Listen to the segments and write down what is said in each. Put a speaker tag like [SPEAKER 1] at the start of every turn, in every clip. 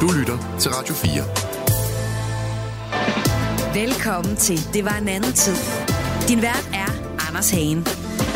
[SPEAKER 1] Du lytter til Radio 4.
[SPEAKER 2] Velkommen til Det var en anden tid. Din vært er Anders Hagen.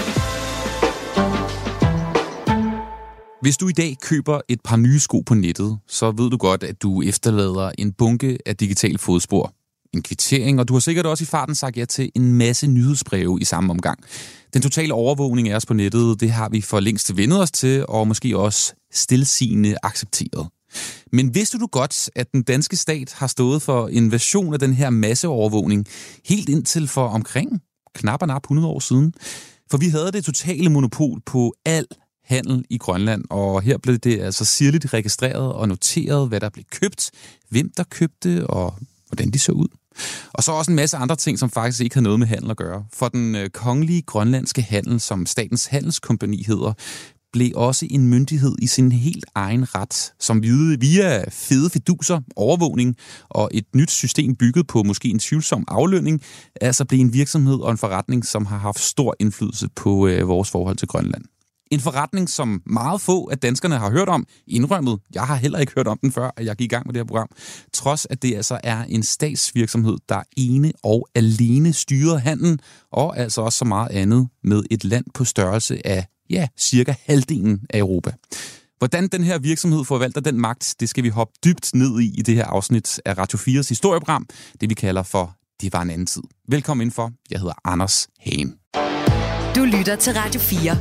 [SPEAKER 3] Hvis du i dag køber et par nye sko på nettet, så ved du godt, at du efterlader en bunke af digitale fodspor, en kvittering, og du har sikkert også i farten sagt ja til en masse nyhedsbreve i samme omgang. Den totale overvågning af os på nettet, det har vi for længst vendet os til, og måske også stilsigende accepteret. Men vidste du godt, at den danske stat har stået for en version af den her masseovervågning helt indtil for omkring knap 100 år siden? For vi havde det totale monopol på al handel i Grønland, og her blev det altså sirligt registreret og noteret, hvad der blev købt, hvem der købte og hvordan de så ud. Og så også en masse andre ting, som faktisk ikke havde noget med handel at gøre. For den kongelige grønlandske handel, som Statens Handelskompagni hedder, blev også en myndighed i sin helt egen ret, som via fede fiduser, overvågning og et nyt system bygget på måske en tvivlsom aflønning, altså blev en virksomhed og en forretning, som har haft stor indflydelse på vores forhold til Grønland. En forretning, som meget få af danskerne har hørt om, indrømmet. Jeg har heller ikke hørt om den før, at jeg gik i gang med det her program. Trods at det altså er en statsvirksomhed, der ene og alene styrer handlen, og altså også så meget andet med et land på størrelse af, cirka halvdelen af Europa. Hvordan den her virksomhed forvalter den magt, det skal vi hoppe dybt ned i det her afsnit af Radio 4's historieprogram, det vi kalder for Det var en anden tid. Velkommen indenfor. Jeg hedder Anders Hagen.
[SPEAKER 2] Du lytter til Radio 4.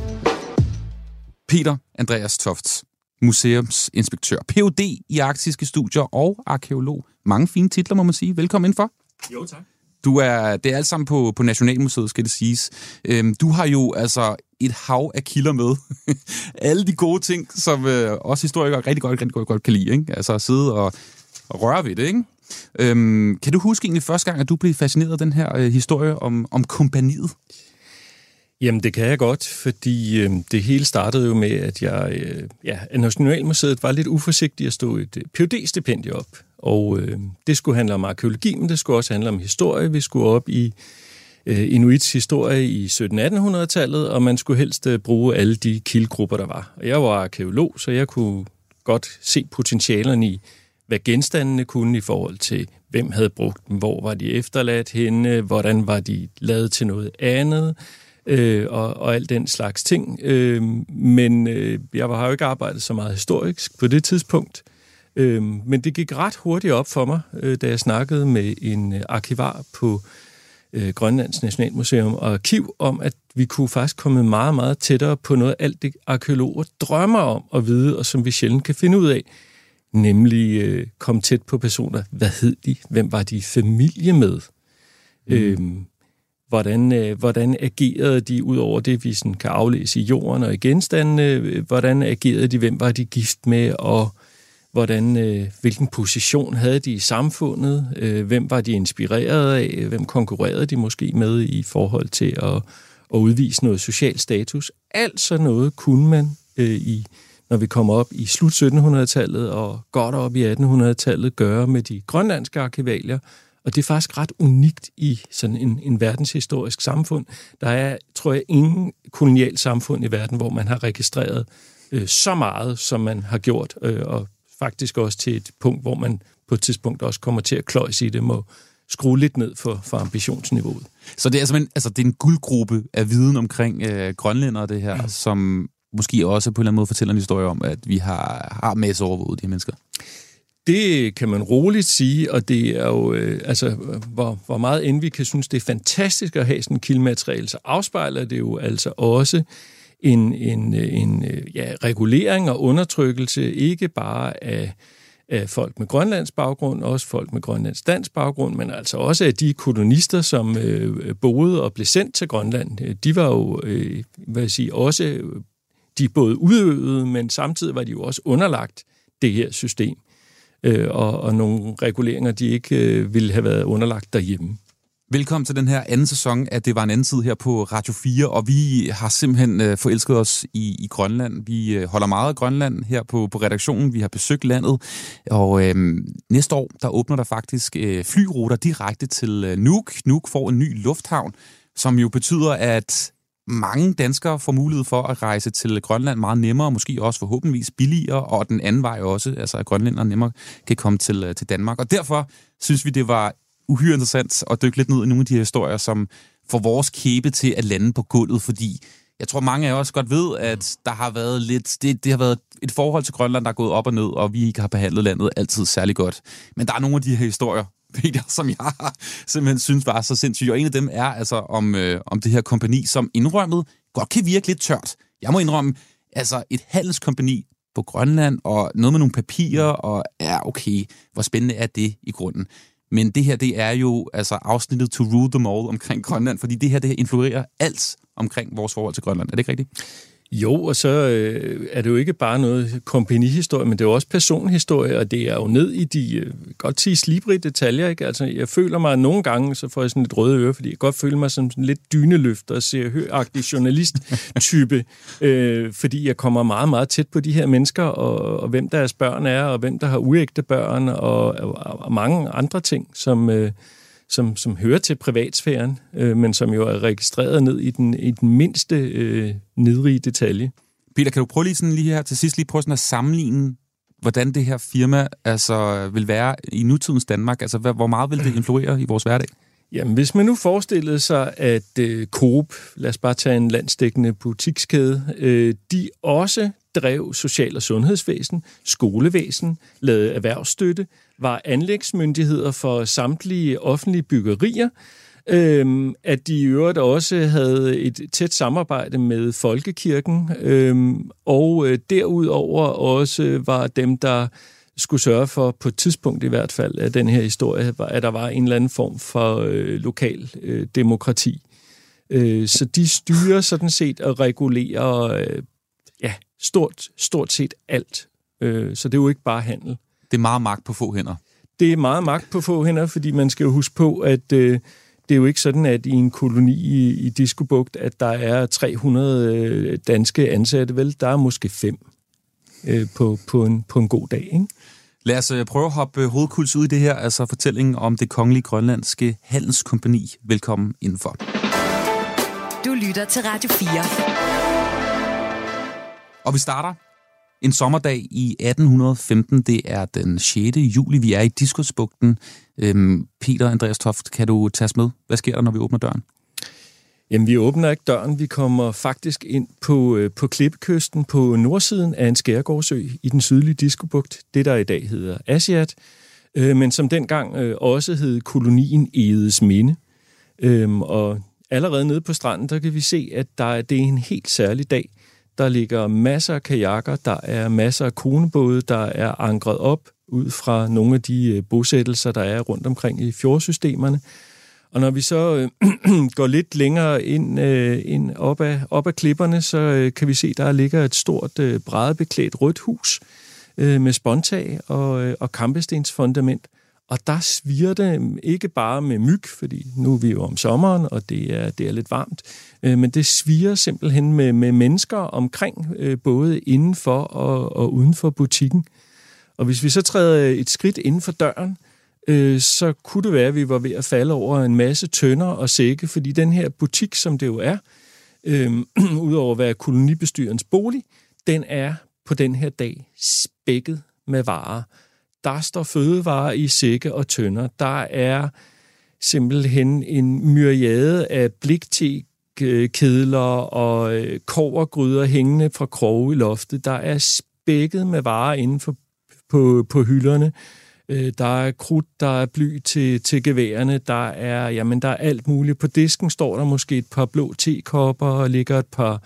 [SPEAKER 3] Peter Andreas Tofts, museumsinspektør, Ph.D. i arktiske studier og arkeolog. Mange fine titler, må man sige. Velkommen indenfor.
[SPEAKER 4] Jo, tak.
[SPEAKER 3] Det er alt sammen på Nationalmuseet, skal det siges. Du har jo altså et hav af kilder med. Alle de gode ting, som også historikere rigtig godt kan lide, ikke? Altså at sidde og røre ved det, ikke? Kan du huske egentlig første gang, at du blev fascineret af den her historie om kompagniet?
[SPEAKER 4] Jamen, det kan jeg godt, fordi det hele startede jo med, at jeg af Nationalmuseet var lidt uforsigtig at stå et Ph.D.-stipendie op. Og det skulle handle om arkeologi, men det skulle også handle om historie. Vi skulle op i Inuits historie i 1700-1800-tallet, og man skulle helst bruge alle de kildegrupper, der var. Og jeg var arkeolog, så jeg kunne godt se potentialerne i, hvad genstandene kunne i forhold til, hvem havde brugt dem, hvor var de efterladt henne, hvordan var de lavet til noget andet, og alt den slags ting. Men jeg har jo ikke arbejdet så meget historisk på det tidspunkt. Men det gik ret hurtigt op for mig, da jeg snakkede med en arkivar på Grønlands Nationalmuseum og Arkiv, om at vi kunne faktisk komme meget, meget tættere på noget af alt det arkeologer drømmer om at vide, og som vi sjældent kan finde ud af. Nemlig komme tæt på personer. Hvad hed de? Hvem var de i familie med? Hvordan agerede de, ud over det, vi sådan kan aflæse i jorden og i genstandene? Hvordan agerede de? Hvem var de gift med? Og hvilken position havde de i samfundet? Hvem var de inspireret af? Hvem konkurrerede de måske med i forhold til at udvise noget social status? Alt sådan noget kunne man, når vi kommer op i slut 1700-tallet og godt op i 1800-tallet, gøre med de grønlandske arkivalier. Og det er faktisk ret unikt i sådan en verdenshistorisk samfund. Der er, tror jeg, ingen kolonial samfund i verden, hvor man har registreret så meget, som man har gjort, og faktisk også til et punkt, hvor man på et tidspunkt også kommer til at kløjse i det, må skrue lidt ned for ambitionsniveauet. Så det er altså det er en guldgruppe af viden omkring grønlændere, det her, som måske også på en eller anden måde fortæller en historie om, at vi har masseovervåget de her mennesker. Det kan man roligt sige, og det er jo, hvor meget end vi kan synes, det er fantastisk at have sådan en kildemateriale, så afspejler det jo altså også en regulering og undertrykkelse, ikke bare af folk med grønlandsk baggrund, også folk med grønlandsk dansk baggrund, men altså også af de kolonister, som boede og blev sendt til Grønland. De var jo, også, de både udøvede, men samtidig var de jo også underlagt det her system. Og nogle reguleringer, de ikke ville have været underlagt derhjemme. Velkommen til den her anden sæson af Det var en anden tid her på Radio 4, og vi har simpelthen forelsket os i Grønland. Vi holder meget af Grønland her på redaktionen. Vi har besøgt landet, og næste år, der åbner der faktisk flyruter direkte til Nuuk. Nuuk får en ny lufthavn, som jo betyder, at
[SPEAKER 3] mange danskere får mulighed for at rejse til Grønland meget nemmere, måske også forhåbentligvis billigere, og den anden vej også, altså at grønlændere nemmere kan komme til Danmark. Og derfor synes vi, det var uhyre interessant at dykke lidt ned i nogle af de her historier, som får vores kæbe til at lande på gulvet, fordi jeg tror, mange af os godt ved, at der har været lidt, det har været et forhold til Grønland, der er gået op og ned, og vi ikke har behandlet landet altid særlig godt. Men der er nogle af de her historier, Peter, som jeg simpelthen synes var så sindssygt. Og en af dem er altså om det her kompagni, som indrømmet godt kan virke lidt tørt. Jeg må indrømme, altså et handelskompagni på Grønland, og noget med nogle papirer, og ja, okay, hvor spændende er det i grunden. Men det her, det er jo altså afsnittet to rule them all omkring Grønland, fordi det her influerer alt omkring vores forhold til Grønland. Er det ikke rigtigt?
[SPEAKER 4] Jo, og så er det jo ikke bare noget kompagnihistorie, men det er jo også personhistorie, og det er jo ned i de, godt sige, slibrige detaljer, ikke? Altså, jeg føler mig nogle gange, så får jeg sådan lidt røde ører, fordi jeg godt føler mig som sådan lidt dyneløfter og ser-hør-agtig journalist-type, fordi jeg kommer meget, meget tæt på de her mennesker, og hvem deres børn er, og hvem der har uægte børn, og mange andre ting, som hører til privatsfæren, men som jo er registreret ned i den mindste nedrige detalje.
[SPEAKER 3] Peter, kan du prøve lige her til sidst prøve sådan at sammenligne, hvordan det her firma altså vil være i nutidens Danmark? Altså, hvor meget vil det influere i vores hverdag?
[SPEAKER 4] Jamen, hvis man nu forestillede sig, at Coop, lad os bare tage en landsdækkende butikskæde, de også drev social- og sundhedsvæsen, skolevæsen, lavede erhvervsstøtte, var anlægsmyndigheder for samtlige offentlige byggerier, at de i øvrigt også havde et tæt samarbejde med Folkekirken, og derudover også var dem, der skulle sørge for, på et tidspunkt i hvert fald af den her historie, at der var en eller anden form for lokal demokrati. Så de styrer sådan set og regulerer stort set alt. Så det er jo ikke bare handel.
[SPEAKER 3] Det er meget magt på få hænder.
[SPEAKER 4] Det er meget magt på få hænder, fordi man skal jo huske på, at det er jo ikke sådan, at i en koloni i Diskobugt, at der er 300 danske ansatte, vel? Der er måske 5 på en god dag, ikke?
[SPEAKER 3] Lad os prøve at hoppe hovedkuls ud i det her, altså fortællingen om det kongelige grønlandske handelskompagni. Velkommen indenfor.
[SPEAKER 2] Du lytter til Radio 4.
[SPEAKER 3] Og vi starter en sommerdag i 1815. Det er den 6. juli. Vi er i Diskusbugten. Peter Andreas Toft, kan du tage os med? Hvad sker der, når vi åbner døren?
[SPEAKER 4] Jamen, vi åbner ikke døren. Vi kommer faktisk ind på klippekysten på nordsiden af en skærgårdsø i den sydlige Diskobugt. Det, der i dag hedder Asiat, men som dengang også hed kolonien Edesminde. Og allerede nede på stranden, der kan vi se, at det er en helt særlig dag. Der ligger masser af kajakker, der er masser af konebåde, der er ankret op ud fra nogle af de bosættelser, der er rundt omkring i fjordsystemerne. Og når vi så går lidt længere ind op ad klipperne, så kan vi se, der ligger et stort bræddebeklædt rødt hus med spåntag og kampestensfundament. Og der svirrer det ikke bare med myg, fordi nu er vi jo om sommeren, og det er lidt varmt, men det svirrer simpelthen med mennesker omkring, både indenfor og uden for butikken. Og hvis vi så træder et skridt inden for døren, så kunne det være, at vi var ved at falde over en masse tønder og sække, fordi den her butik, som det jo er, udover at være kolonibestyrens bolig, den er på den her dag spækket med varer. Der står fødevarer i sække og tønder. Der er simpelthen en myriade af bliktekedler og kobbergryder hængende fra kroge i loftet. Der er spækket med varer inden på hylderne. Der er krudt, der er bly til geværerne, der er alt muligt. På disken står der måske et par blå tekopper, og ligger et par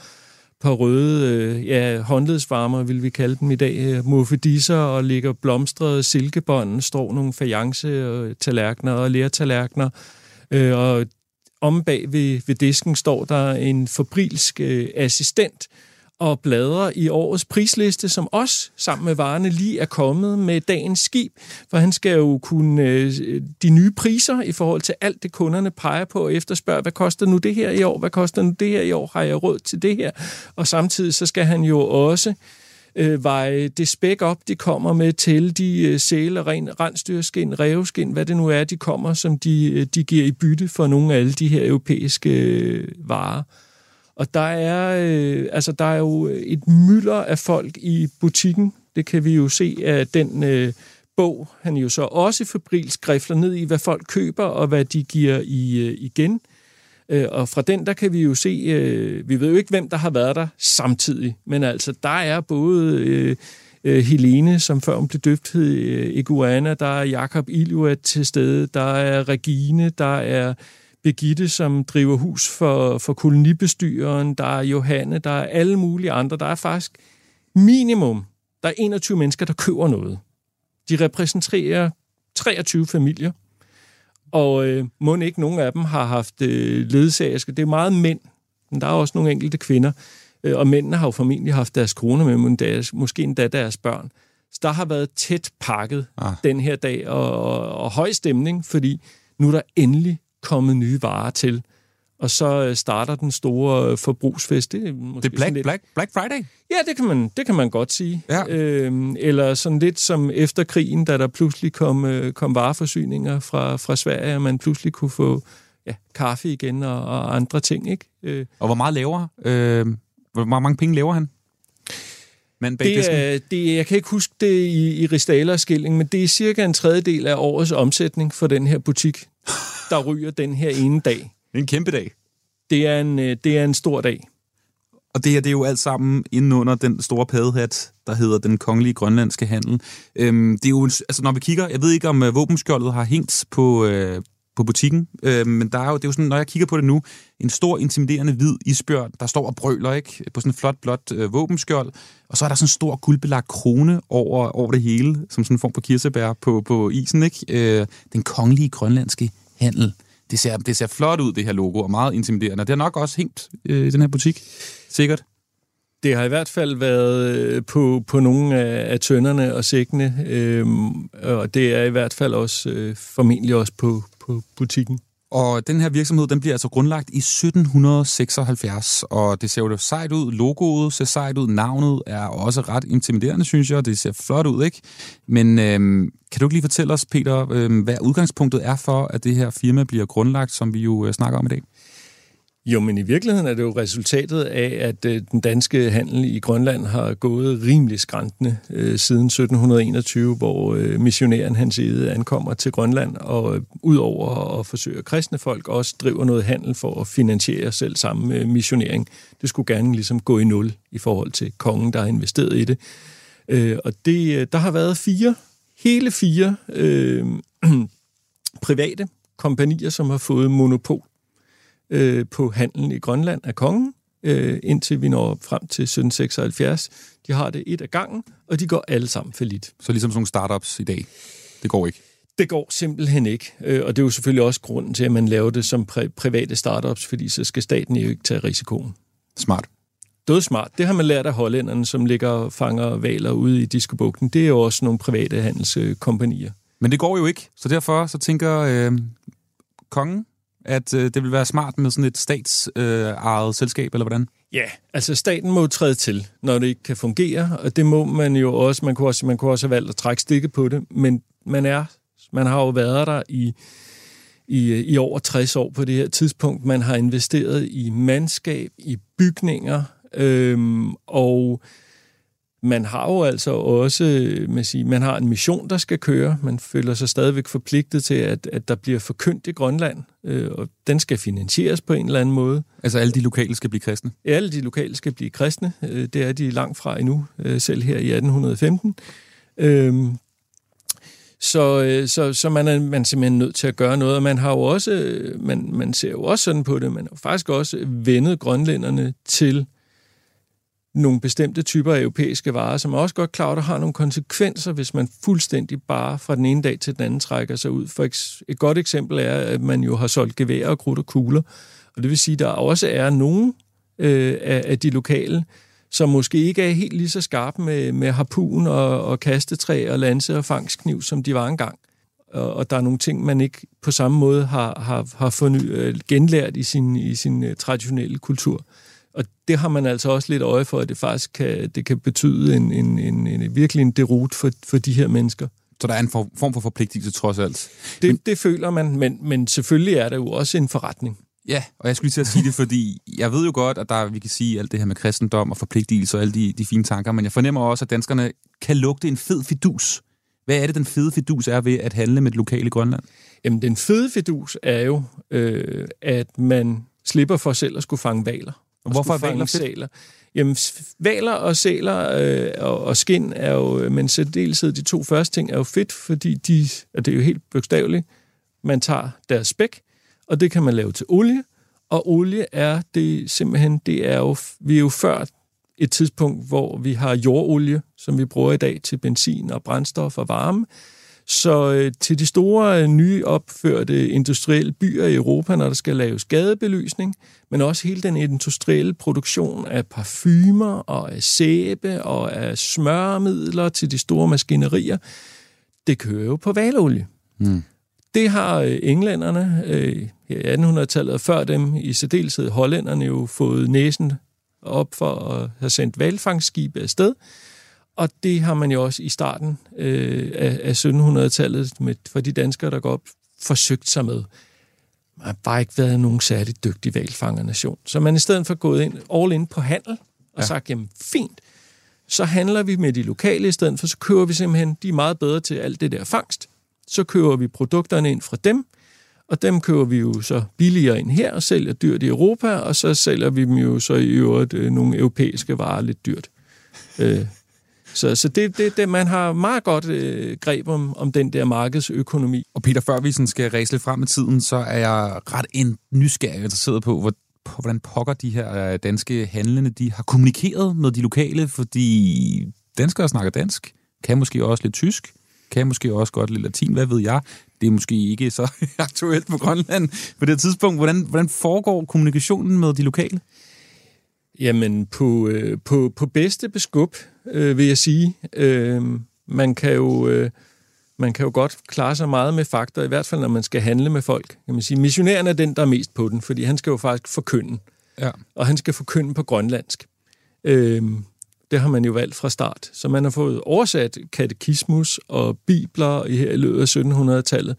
[SPEAKER 4] røde håndledsvarmer, vil vi kalde dem i dag, muffedisser, og ligger blomstrede silkebånd, står nogle fajance-tallerkener og lertallerkener, og om bag ved disken står der en febrilsk assistent, og bladrer i årets prisliste, som også sammen med varerne lige er kommet med dagens skib, for han skal jo kunne de nye priser i forhold til alt det, kunderne peger på og efterspørger. Hvad koster nu det her i år? Hvad koster nu det her i år? Har jeg råd til det her? Og samtidig så skal han jo også veje det spæk op, de kommer med til de sæler, rensdyrskin, ræveskin, hvad det nu er, de kommer, som de giver i bytte for nogle af alle de her europæiske varer. Og der er jo et mylder af folk i butikken. Det kan vi jo se af den bog, han jo så også febrilsk skrifler ned i, hvad folk køber og hvad de giver igen. Og fra den, der kan vi jo se, vi ved jo ikke, hvem der har været der samtidig, men altså, der er både Helene, som før hun blev døbt, hed Iguana, der er Jakob Iluat til stede, der er Regine, der er Birgitte, som driver hus for kolonibestyreren, der er Johanne, der er alle mulige andre. Der er faktisk minimum, der er 21 mennesker, der køber noget. De repræsenterer 23 familier, og må ikke nogen af dem har haft ledsagerske. Det er meget mænd, men der er også nogle enkelte kvinder, og mændene har jo formentlig haft deres koner med, men måske endda deres børn. Så der har været tæt pakket den her dag, og høj stemning, fordi nu er der endelig kommet nye varer til. Og så starter den store forbrugsfest. Det er
[SPEAKER 3] Black Friday?
[SPEAKER 4] Ja, det kan man godt sige.
[SPEAKER 3] Ja.
[SPEAKER 4] Eller sådan lidt som efter krigen, da der pludselig kom vareforsyninger fra Sverige, og man pludselig kunne få kaffe igen og andre ting, ikke?
[SPEAKER 3] Og hvor meget laver? Hvor mange penge laver han?
[SPEAKER 4] Jeg kan ikke huske det i ristaler og skilling, men det er cirka en tredjedel af årets omsætning for den her butik, der ryger den her ene dag.
[SPEAKER 3] Det er en kæmpe dag.
[SPEAKER 4] Det er en stor dag.
[SPEAKER 3] Og det her, det er jo alt sammen inde under den store paddehat, der hedder den kongelige grønlandske handel. Det er jo, altså når vi kigger, jeg ved ikke om våbenskjoldet har hængt på butikken, men det er jo sådan, når jeg kigger på det nu, en stor intimiderende hvid isbjørn, der står og brøler, ikke, på sådan en flot, blåt våbenskjold, og så er der sådan en stor guldbelagt krone over det hele, som sådan en form for kirsebær på isen, ikke? Den kongelige grønlandske handel. Det ser flot ud, det her logo, og meget intimiderende. Det har nok også hængt i den her butik, sikkert.
[SPEAKER 4] Det har i hvert fald været på nogle af tønderne og sækkene, og det er i hvert fald også formentlig også på butikken.
[SPEAKER 3] Og den her virksomhed, den bliver altså grundlagt i 1776, og det ser jo sejt ud. Logoet ser sejt ud. Navnet er også ret intimiderende, synes jeg. Det ser flot ud, ikke? Men kan du ikke lige fortælle os, Peter, hvad udgangspunktet er for, at det her firma bliver grundlagt, som vi jo snakker om i dag?
[SPEAKER 4] Jo, men i virkeligheden er det jo resultatet af, at den danske handel i Grønland har gået rimelig skrantende siden 1721, hvor missionæren Hans Egede ankommer til Grønland, og udover at forsøge kristne folk også driver noget handel for at finansiere selv samme missionering. Det skulle gerne ligesom gå i nul i forhold til kongen, der har investeret i det. Og der har været hele fire private kompanier, som har fået monopol på handlen i Grønland af kongen, indtil vi når frem til 1776. De har det et af gangen, og de går alle sammen fallit.
[SPEAKER 3] Så ligesom sådan nogle startups i dag, det går ikke?
[SPEAKER 4] Det går simpelthen ikke, og det er jo selvfølgelig også grunden til, at man laver det som private startups, fordi så skal staten jo ikke tage risikoen.
[SPEAKER 3] Smart.
[SPEAKER 4] Det er smart. Det har man lært af hollænderne, som ligger og fanger hvaler ude i Diskobugten. Det er jo også nogle private handelskompanier.
[SPEAKER 3] Men det går jo ikke, så derfor så tænker kongen, at det vil være smart med sådan et statsejet selskab, eller hvordan?
[SPEAKER 4] Ja, altså staten må træde til, når det ikke kan fungere, og det må man jo også. Man kunne også have valgt at trække stikket på det, men man har jo været der i over 60 år på det her tidspunkt. Man har investeret i mandskab, i bygninger, og man har jo altså også, man har en mission, der skal køre. Man føler sig stadigvæk forpligtet til, at der bliver forkyndt i Grønland, og den skal finansieres på en eller anden måde. Altså
[SPEAKER 3] alle de lokale skal blive kristne?
[SPEAKER 4] Ja, alle de lokale skal blive kristne. Det er de langt fra endnu, selv her i 1815. Så man er simpelthen nødt til at gøre noget, og man har jo også, man ser jo også sådan på det, man har faktisk også vendet grønlænderne til nogle bestemte typer af europæiske varer, som er også godt klar, der har nogle konsekvenser, hvis man fuldstændig bare fra den ene dag til den anden trækker sig ud. For et godt eksempel er, at man jo har solgt geværer og krudt og kugler, og det vil sige, at der også er nogle af de lokale, som måske ikke er helt lige så skarpe med harpun og kastetræ og lanse og fangstkniv, som de var engang. Og der er nogle ting, man ikke på samme måde har genlært i sin traditionelle kultur. Og det har man altså også lidt øje for, at det faktisk kan betyde virkelig en deroute for de her mennesker.
[SPEAKER 3] Så der er en form for forpligtelse trods alt?
[SPEAKER 4] Det føler man, men selvfølgelig er der jo også en forretning.
[SPEAKER 3] Ja, og jeg skulle lige til at sige det, fordi jeg ved jo godt, at vi kan sige alt det her med kristendom og forpligtelse og alle de fine tanker, men jeg fornemmer også, at danskerne kan lugte en fed fidus. Hvad er det, den fede fidus er ved at handle med det lokale Grønland?
[SPEAKER 4] Jamen, den fede fidus er jo, at man slipper for selv at skulle fange hvaler.
[SPEAKER 3] Hvorfor er hvaler fedt?
[SPEAKER 4] Jamen, hvaler og sæler og skind er jo, men særdeleshed de to første ting er jo fedt, fordi det er jo helt bogstaveligt, man tager deres spæk, og det kan man lave til olie, og olie er det simpelthen, vi er jo før et tidspunkt, hvor vi har jordolie, som vi bruger i dag til benzin og brændstof og varme. Så til de store nye opførte industrielle byer i Europa, når der skal laves gadebelysning, men også hele den industrielle produktion af parfumer og af sæbe og af smøremidler til de store maskinerier, det kører jo på hvalolie. Det har englænderne i 1800-tallet og før dem, i særdeleshed hollænderne, jo fået næsen op for at have sendt hvalfangstskibe afsted. Og det har man jo også i starten af 1700-tallet for de danskere, der går op, forsøgt sig med. Man har bare ikke været nogen særlig dygtig hvalfangernation. Så man i stedet for gået ind, all in på handel og sagt, jamen fint, så handler vi med de lokale i stedet for, så køber vi simpelthen, de er meget bedre til alt det der fangst. Så køber vi produkterne ind fra dem, og dem køber vi jo så billigere ind her og sælger dyrt i Europa, og så sælger vi dem jo så i øvrigt nogle europæiske varer lidt dyrt. Så det man har meget godt greb om den der markedsøkonomi.
[SPEAKER 3] Og Peter, før vi sådan skal ræse lidt frem i tiden, så er jeg ret nysgerrig interesseret på, hvordan pokker de her danske handlende, de har kommunikeret med de lokale, fordi danskere snakker dansk, kan måske også lidt tysk, kan måske også godt lidt latin, hvad ved jeg. Det er måske ikke så aktuelt på Grønland på det tidspunkt. Hvordan foregår kommunikationen med de lokale?
[SPEAKER 4] Jamen, på bedste beskub, vil jeg sige. Man kan jo godt klare sig meget med fakta, i hvert fald når man skal handle med folk. Kan man sige, missionæren er den, der er mest på den, fordi han skal jo faktisk forkynde. Ja. Og han skal forkynde på grønlandsk. Det har man jo valgt fra start. Så man har fået oversat katekismus og bibler her i løbet af 1700-tallet.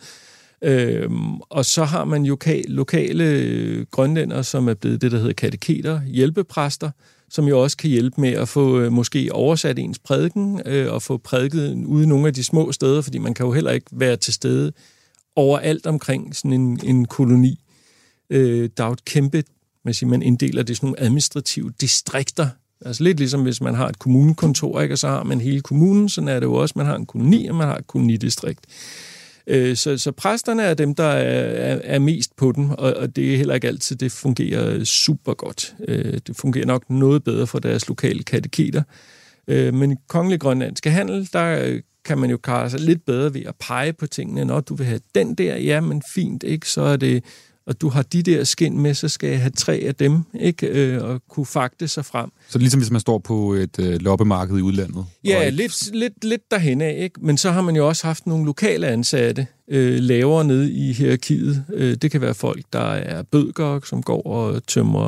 [SPEAKER 4] Og så har man jo lokale grønlændere, som er blevet det, der hedder kateketer, hjælpepræster, som jo også kan hjælpe med at få måske oversat ens prædiken og få prædiket ude i nogle af de små steder, fordi man kan jo heller ikke være til stede overalt omkring sådan en koloni. Der er jo et kæmpe, man inddeler det i sådan nogle administrative distrikter. Altså lidt ligesom hvis man har et kommunekontor, ikke? Og så har man hele kommunen, sådan er det jo også, man har en koloni, og man har et kolonidistrikt. Så præsterne er dem, der er mest på den, og det er heller ikke altid, det fungerer super godt. Det fungerer nok noget bedre for deres lokale kateketer. Men i kongelig grønlandske handel, der kan man jo klare sig lidt bedre ved at pege på tingene. Når du vil have den der, ja, men fint, ikke? Så er det, og du har de der skind med, så skal jeg have 3 af dem, ikke? Og kunne fakte sig frem. Så
[SPEAKER 3] ligesom hvis man står på et loppemarked i udlandet?
[SPEAKER 4] Ja, lidt derhen af, ikke? Men så har man jo også haft nogle lokale ansatte lavere nede i hierarkiet. Det kan være folk, der er bødker, som går og tømmer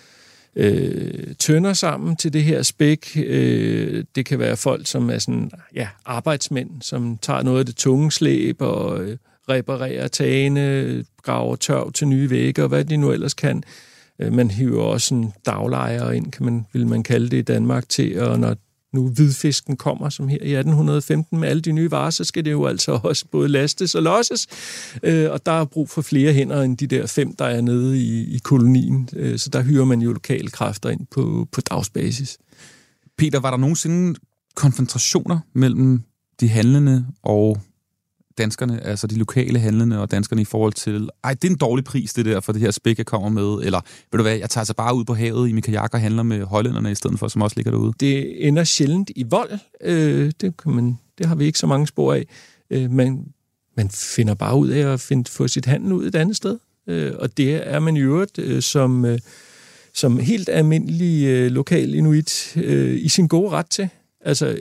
[SPEAKER 4] tønder sammen til det her spæk. Det kan være folk, som er sådan, ja, arbejdsmænd, som tager noget af det tunge slæb og reparerer tagene, graver tørv til nye vægge, og hvad de nu ellers kan. Man hiver også en daglejer ind, vil man kalde det i Danmark, til, og når nu hvidfisken kommer, som her i 1815, med alle de nye varer, så skal det jo altså også både lastes og losses, og der er brug for flere hænder end de der 5, der er nede i kolonien, så der hyrer man jo lokale kræfter ind på dagsbasis.
[SPEAKER 3] Peter, var der nogensinde konfrontationer mellem de handlende og danskerne, altså de lokale handlende og danskerne i forhold til, det er en dårlig pris, det der, for det her spæk, jeg kommer med, eller ved du hvad, jeg tager så bare ud på havet i min kajak og handler med hollænderne i stedet for, som også ligger derude?
[SPEAKER 4] Det ender sjældent i vold. Det har vi ikke så mange spor af. Man finder bare ud af at få sit handel ud et andet sted. Og det er man i øvrigt som helt almindelig lokal inuit i sin gode ret til. Altså,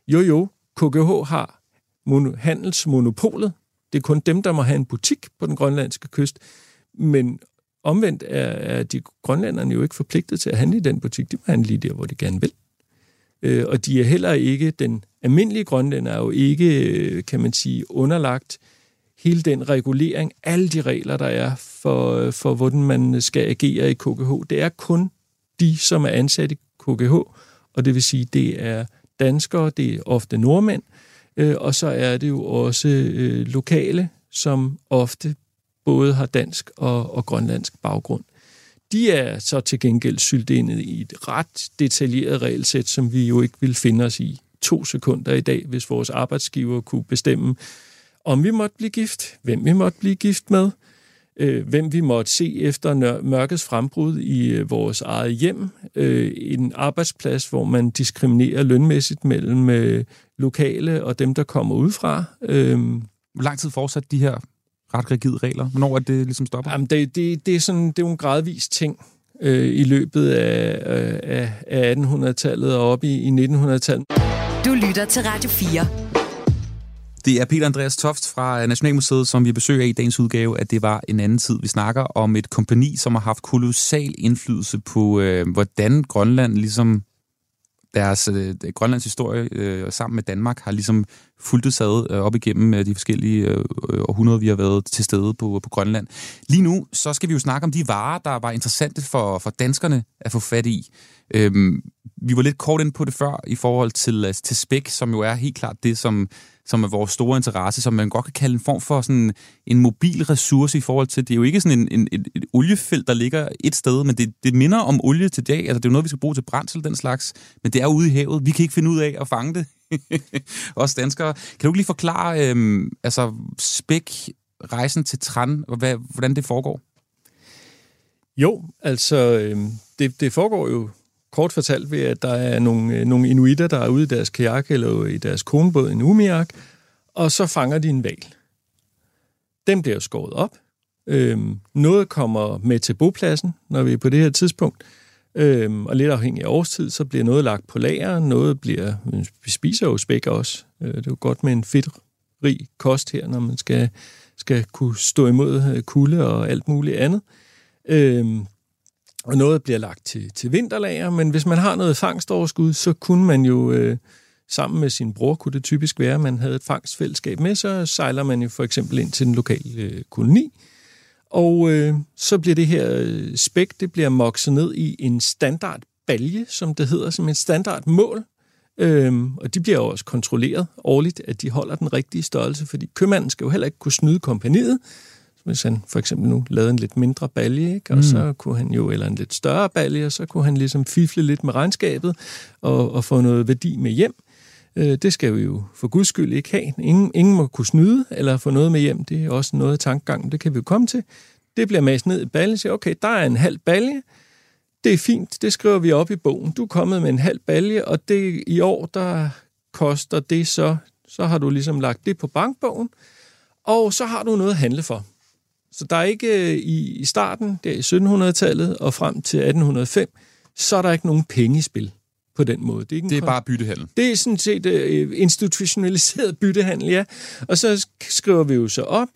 [SPEAKER 4] KGH har handelsmonopolet. Det er kun dem, der må have en butik på den grønlandske kyst. Men omvendt er de grønlænderne jo ikke forpligtet til at handle i den butik. De må handle lige der, hvor de gerne vil. Og de er heller ikke, den almindelige grønlænder er jo ikke, kan man sige, underlagt hele den regulering, alle de regler, der er for hvordan man skal agere i KGH, det er kun de, som er ansat i KGH, og det vil sige, det er danskere, det er ofte nordmænd, og så er det jo også lokale, som ofte både har dansk og grønlandsk baggrund. De er så til gengæld syltet i et ret detaljeret regelsæt, som vi jo ikke vil finde os i 2 sekunder i dag, hvis vores arbejdsgiver kunne bestemme, om vi måtte blive gift, hvem vi måtte blive gift med, hvem vi måtte se efter mørkets frembrud i vores eget hjem, en arbejdsplads, hvor man diskriminerer lønmæssigt mellem lokale og dem, der kommer udefra.
[SPEAKER 3] Hvor lang tid fortsat de her ret rigide regler? Hvornår er det ligesom stopper?
[SPEAKER 4] Jamen, det er jo en gradvis ting i løbet af 1800-tallet og op i 1900-tallet.
[SPEAKER 2] Du lytter til Radio 4.
[SPEAKER 3] Det er Peter Andreas Toft fra Nationalmuseet, som vi besøger i dagens udgave, at det var en anden tid. Vi snakker om et kompagni, som har haft kolossal indflydelse på, hvordan Grønland, ligesom deres Grønlands historie sammen med Danmark, har ligesom fulgt sad op igennem de forskellige århundreder, vi har været til stede på Grønland. Lige nu, så skal vi jo snakke om de varer, der var interessante for danskerne at få fat i. Vi var lidt kort inde på det før i forhold til spæk, som jo er helt klart det, som er vores store interesse, som man godt kan kalde en form for sådan en mobil ressource i forhold til, det er jo ikke sådan et oliefelt, der ligger et sted, men det minder om olie til dag, altså det er jo noget, vi skal bruge til brændsel, den slags, men det er ude i havet, vi kan ikke finde ud af at fange det, os danskere. Kan du ikke lige forklare, spæk, rejsen til Tran, og hvordan det foregår?
[SPEAKER 4] Jo, altså det foregår jo kort fortalt ved, at der er nogle inuitter, der er ude i deres kajak eller i deres konebåd, en umiak, og så fanger de en hval. Den bliver skåret op. Noget kommer med til bopladsen, når vi er på det her tidspunkt, og lidt afhængig af årstid, så bliver noget lagt på lager, noget bliver... Vi spiser jo spæk også. Det er jo godt med en fedtrig kost her, når man skal kunne stå imod kulde og alt muligt andet. Og noget bliver lagt til vinterlager, men hvis man har noget fangstoverskud, så kunne man jo sammen med sin bror, kunne det typisk være, at man havde et fangstfællesskab med, så sejler man jo for eksempel ind til den lokale koloni, og så bliver det her spæk, det bliver mokset ned i en standardbalje, som det hedder, som et standardmål, og de bliver jo også kontrolleret årligt, at de holder den rigtige størrelse, fordi købmanden skal jo heller ikke kunne snyde kompagniet. Hvis han for eksempel nu lavede en lidt mindre balje, ikke? Og så kunne han jo, eller en lidt større balje, og så kunne han ligesom fifle lidt med regnskabet og få noget værdi med hjem. Det skal vi jo for guds skyld ikke have. Ingen må kunne snyde eller få noget med hjem. Det er også noget af tankegangen, det kan vi jo komme til. Det bliver mast ned i baljen, siger, okay, der er en halv balje. Det er fint, det skriver vi op i bogen. Du er kommet med en halv balje, og det i år, der koster det så har du ligesom lagt det på bankbogen, og så har du noget at handle for. Så der er ikke i starten, der i 1700-tallet og frem til 1805, så er der ikke nogen penge i spil på den måde. Det er bare
[SPEAKER 3] byttehandel.
[SPEAKER 4] Det er sådan set institutionaliseret byttehandel, ja. Og så skriver vi jo så op,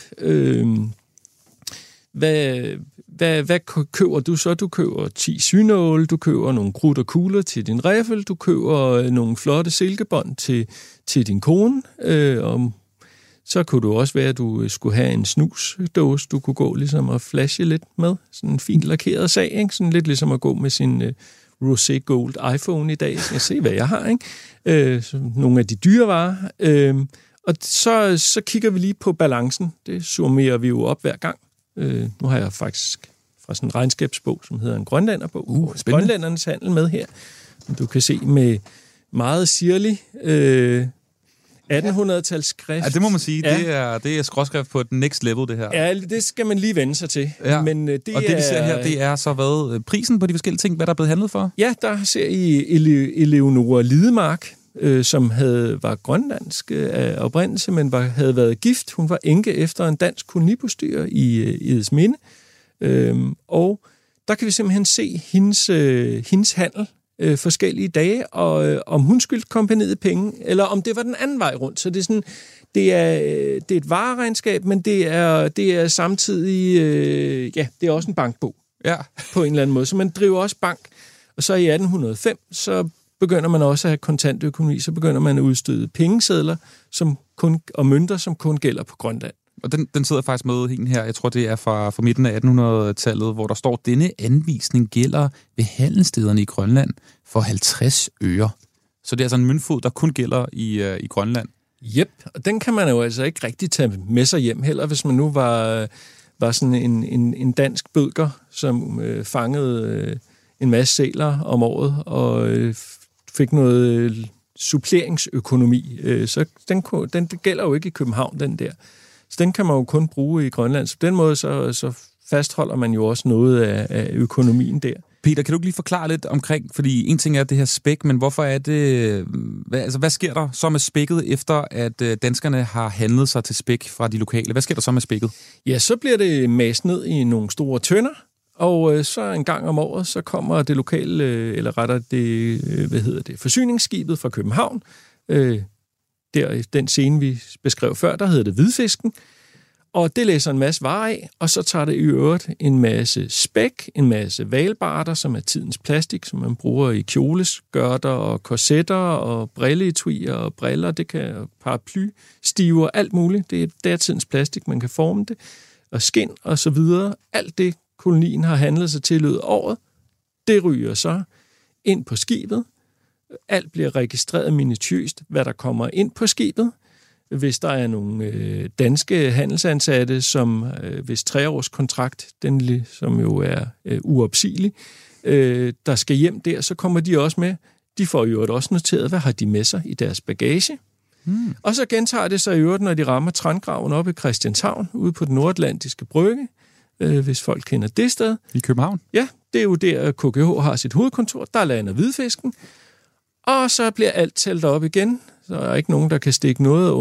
[SPEAKER 4] hvad køber du så? Du køber 10 synåle, du køber nogle krudt og kugler til din riffel, du køber nogle flotte silkebånd til din kone, og så kunne det også være, at du skulle have en snusdåse, du kunne gå ligesom og flashe lidt med. Sådan en fint lakeret sag, ikke? Sådan lidt ligesom at gå med sin Rosé Gold iPhone i dag. Jeg se, hvad jeg har, ikke? Nogle af de dyre varer. Og så kigger vi lige på balancen. Det summerer vi jo op hver gang. Nu har jeg faktisk fra sådan en regnskabsbog, som hedder en grønlænderbog. Grønlændernes handel med her. Du kan se med meget sirlig 1800-tals skrift.
[SPEAKER 3] Ja, det må man sige. Ja. Det er skråskrift på et next level, det her.
[SPEAKER 4] Ja, det skal man lige vende sig til.
[SPEAKER 3] Ja. Men og det, vi ser her, det er så hvad prisen på de forskellige ting, hvad der er blevet handlet for?
[SPEAKER 4] Ja, der ser I Eleonora Lidemark, som var grønlandsk af oprindelse, men havde været gift. Hun var enke efter en dansk kolonipostyrer i Edsminde. Og der kan vi simpelthen se hendes handel forskellige dage, og om hun skyldte kompagniet penge, eller om det var den anden vej rundt. Så det er sådan, det er et vareregnskab, men det er samtidig, det er også en bankbog.
[SPEAKER 3] Ja. På en eller anden måde.
[SPEAKER 4] Så man driver også bank. Og så i 1805, så begynder man også at have kontantøkonomi, så begynder man at udstede pengesedler og mønter, som kun gælder på Grønland.
[SPEAKER 3] Og den sidder faktisk med hende her. Jeg tror, det er fra midten af 1800-tallet, hvor der står, denne anvisning gælder ved handelsstederne i Grønland for 50 øre. Så det er altså en møntfod, der kun gælder i Grønland.
[SPEAKER 4] Jep, og den kan man jo altså ikke rigtig tage med sig hjem heller, hvis man nu var sådan en dansk bødker, som fangede en masse sæler om året og fik noget suppleringsøkonomi. Så den gælder jo ikke i København, den der. Så den kan man jo kun bruge i Grønland. Så på den måde så fastholder man jo også noget af økonomien der.
[SPEAKER 3] Peter, kan du ikke lige forklare lidt omkring, fordi en ting er det her spæk, men hvorfor er det, hvad sker der så med spækket, efter at danskerne har handlet sig til spæk fra de lokale? Hvad sker der så med spækket?
[SPEAKER 4] Ja, så bliver det mast ned i nogle store tønder, og så en gang om året, så kommer det lokale, eller rettere det, forsyningsskibet fra København. Der i den scene, vi beskrev før, der hedder det Hvidfisken. Og det læser en masse varer af, og så tager det i øvrigt en masse spæk, en masse hvalbarter, som er tidens plastik, som man bruger i kjoleskørter og korsetter og brilleetuier og briller, det kan paraplystiver, alt muligt. Det er datidens plastik, man kan forme det, og skind og så videre. Alt det, kolonien har handlet sig til i løbet af året, det ryger så ind på skibet. Alt bliver registreret minutiøst, hvad der kommer ind på skibet. Hvis der er nogle danske handelsansatte, som hvis 3-årskontrakt, den som jo er uopsigelig, der skal hjem der, så kommer de også med. De får jo også noteret, hvad har de med sig i deres bagage. Og så gentager det sig i øvrigt, når de rammer Trangraven oppe i Christianshavn, ude på den nordatlantiske brygge, hvis folk kender det sted.
[SPEAKER 3] I København?
[SPEAKER 4] Ja, det er jo der, KGH har sit hovedkontor. Der lander Hvidfisken. Og så bliver alt talt op igen. Så er der ikke nogen, der kan stikke noget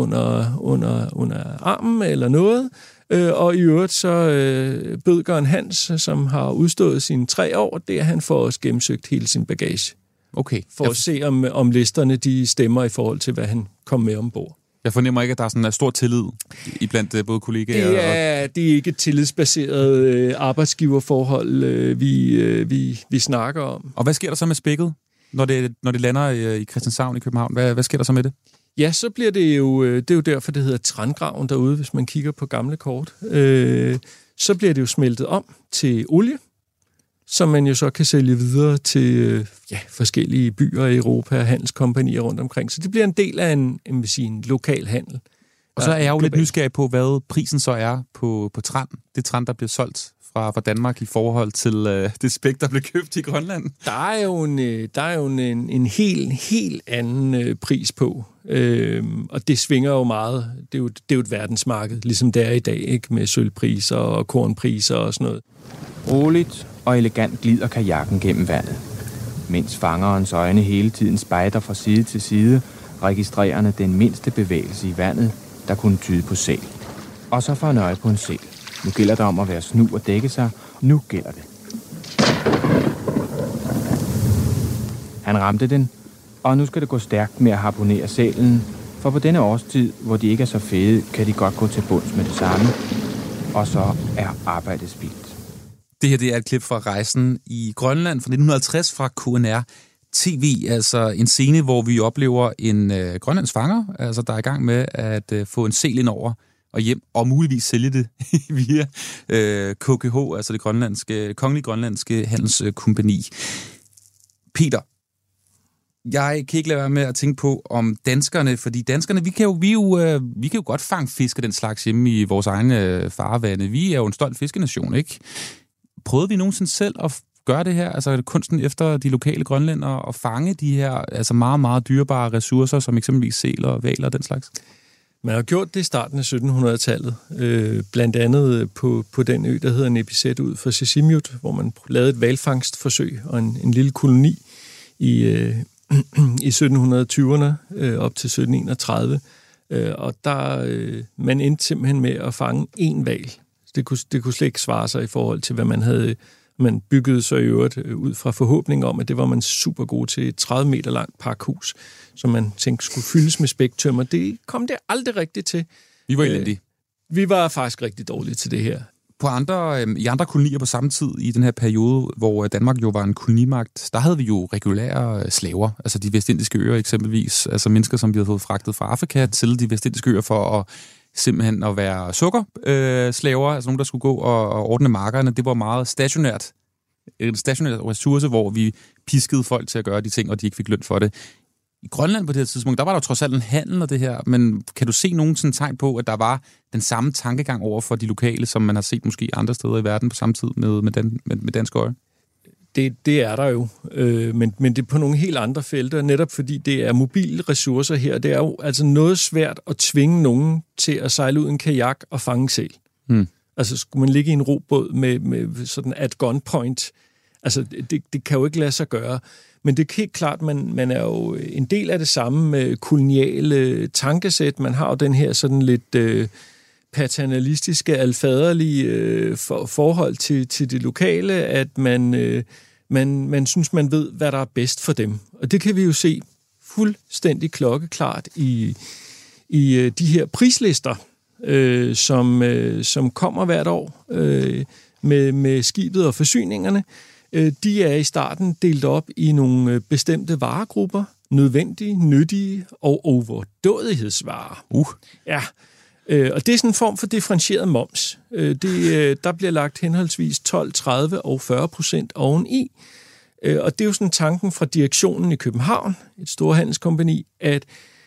[SPEAKER 4] under armen eller noget. Og i øvrigt så bødgeren Hans, som har udstået sine 3 år, det er, han får også gennemsøgt hele sin bagage.
[SPEAKER 3] Okay.
[SPEAKER 4] For at se, om listerne de stemmer i forhold til, hvad han kom med ombord.
[SPEAKER 3] Jeg fornemmer ikke, at der er sådan en stor tillid iblandt både kollegaer
[SPEAKER 4] det er ikke et tillidsbaseret arbejdsgiverforhold, vi snakker om.
[SPEAKER 3] Og hvad sker der så med spækket, når det lander i Christianshavn i København? Hvad sker der så med det?
[SPEAKER 4] Ja, så bliver det er jo derfor, det hedder Trangraven derude, hvis man kigger på gamle kort. Så bliver det jo smeltet om til olie, som man jo så kan sælge videre til forskellige byer i Europa og handelskompanier rundt omkring. Så det bliver en del af en lokal handel.
[SPEAKER 3] Og så er jeg jo lidt nysgerrig på, hvad prisen så er på tran. Det tran, der bliver solgt fra Danmark i forhold til det spæk, der blev købt i Grønland.
[SPEAKER 4] Der er jo en helt anden pris på. Og det svinger jo meget. Det er jo et verdensmarked, ligesom det er i dag, ikke, med sølvpriser og kornpriser og sådan noget.
[SPEAKER 1] Roligt og elegant glider kajakken gennem vandet, mens fangerens øjne hele tiden spejder fra side til side, registrerende den mindste bevægelse i vandet, der kunne tyde på sæl. Og så får han øje på en sæl. Nu gælder det om at være snu og dække sig. Nu gælder det. Han ramte den, og nu skal det gå stærkt med at harponere sælen, for på denne årstid, hvor de ikke er så fede, kan de godt gå til bunds med det samme, og så er arbejdet spildt.
[SPEAKER 3] Det her det er et klip fra rejsen i Grønland fra 1950 fra KNR TV, altså en scene, hvor vi oplever en grønlandsk fanger, altså der er i gang med at få en sæl ind over og hjem, og muligvis sælge det via KGH, altså det kongelige grønlandske handelskompagni. Peter, jeg kan ikke lade være med at tænke på om danskerne, fordi danskerne, vi kan jo godt fange fisk af den slags hjemme i vores egne farvande. Vi er jo en stolt fiskenation, ikke? Prøvede vi nogensinde selv at gøre det her, altså kunsten efter de lokale grønlændere, og fange de her altså meget, meget dyrebare ressourcer, som eksempelvis sæler og hvaler og den slags?
[SPEAKER 4] Man har gjort det i starten af 1700-tallet, blandt andet på den ø, der hedder Nipisat ud for Sisimiut, hvor man lavede et hvalfangstforsøg og en lille koloni i 1720'erne op til 1731. Og der man endte simpelthen med at fange én hval. Det kunne slet ikke svare sig i forhold til, hvad man havde. Man byggede så i øvrigt ud fra forhåbning om, at det var man super god til, et 30 meter langt pakhus, som man tænkte skulle fyldes med spæktømmer. Det kom det aldrig rigtigt til.
[SPEAKER 3] Vi var elendige.
[SPEAKER 4] Vi var faktisk rigtig dårlige til det her.
[SPEAKER 3] I andre kolonier på samme tid i den her periode, hvor Danmark jo var en kolonimagt, der havde vi jo regulære slaver, altså de vestindiske øer eksempelvis, altså mennesker, som vi havde fået fragtet fra Afrika til de vestindiske øer for at simpelthen at være sukkerslaver, altså nogen, der skulle gå og ordne markerne. Det var meget stationært ressource, hvor vi piskede folk til at gøre de ting, og de ikke fik løn for det. I Grønland på det her tidspunkt, der var der trods alt en handel og det her, men kan du se nogen sådan tegn på, at der var den samme tankegang over for de lokale, som man har set måske andre steder i verden på samme tid med dansk øje?
[SPEAKER 4] Det er der jo, men det er på nogle helt andre felter, netop fordi det er mobile ressourcer her. Det er jo altså noget svært at tvinge nogen til at sejle ud en kajak og fange sæl. Altså skulle man ligge i en robåd med sådan at gunpoint, altså det kan jo ikke lade sig gøre. Men det er helt klart, man er jo en del af det samme koloniale tankesæt. Man har jo den her sådan lidt paternalistiske, alfaderlige forhold til det lokale, at man synes, man ved, hvad der er bedst for dem. Og det kan vi jo se fuldstændig klokkeklart i de her prislister, som kommer hvert år med skibet og forsyningerne. De er i starten delt op i nogle bestemte varegrupper, nødvendige, nyttige og overdådighedsvarer. Ja, og det er sådan en form for differentieret moms. Der bliver lagt henholdsvis 12, 30 og 40% oveni. Og det er jo sådan tanken fra direktionen i København, et storhandelskompagni, at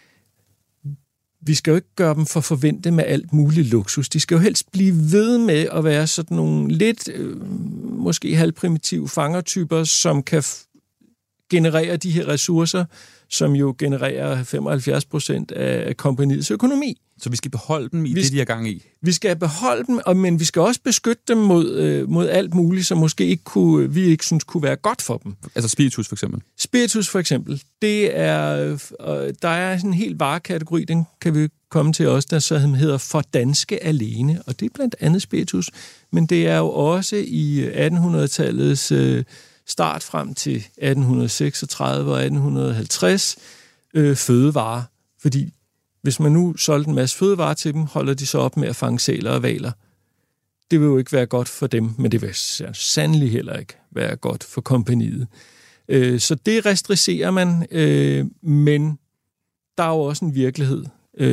[SPEAKER 4] vi skal jo ikke gøre dem for forvente med alt muligt luksus. De skal jo helst blive ved med at være sådan nogle lidt, måske halvprimitive fangertyper, som kan generere de her ressourcer, som jo genererer 75% af kompagniets økonomi.
[SPEAKER 3] Så vi skal beholde dem i det, de har gang i? Vi
[SPEAKER 4] skal beholde dem, men vi skal også beskytte dem mod alt muligt, som måske vi ikke synes kunne være godt for dem.
[SPEAKER 3] Altså spiritus for eksempel?
[SPEAKER 4] Spiritus for eksempel. Det er, der er sådan en helt varekategori, den kan vi komme til også, der så hedder for danske alene, og det er blandt andet spiritus, men det er jo også i 1800-tallets start frem til 1836 og 1850 fødevarer, fordi hvis man nu solgte en masse fødevarer til dem, holder de så op med at fange sæler og hvaler. Det vil jo ikke være godt for dem, men det vil sandelig heller ikke være godt for kompagniet. Så det restricerer man, men der er jo også en virkelighed,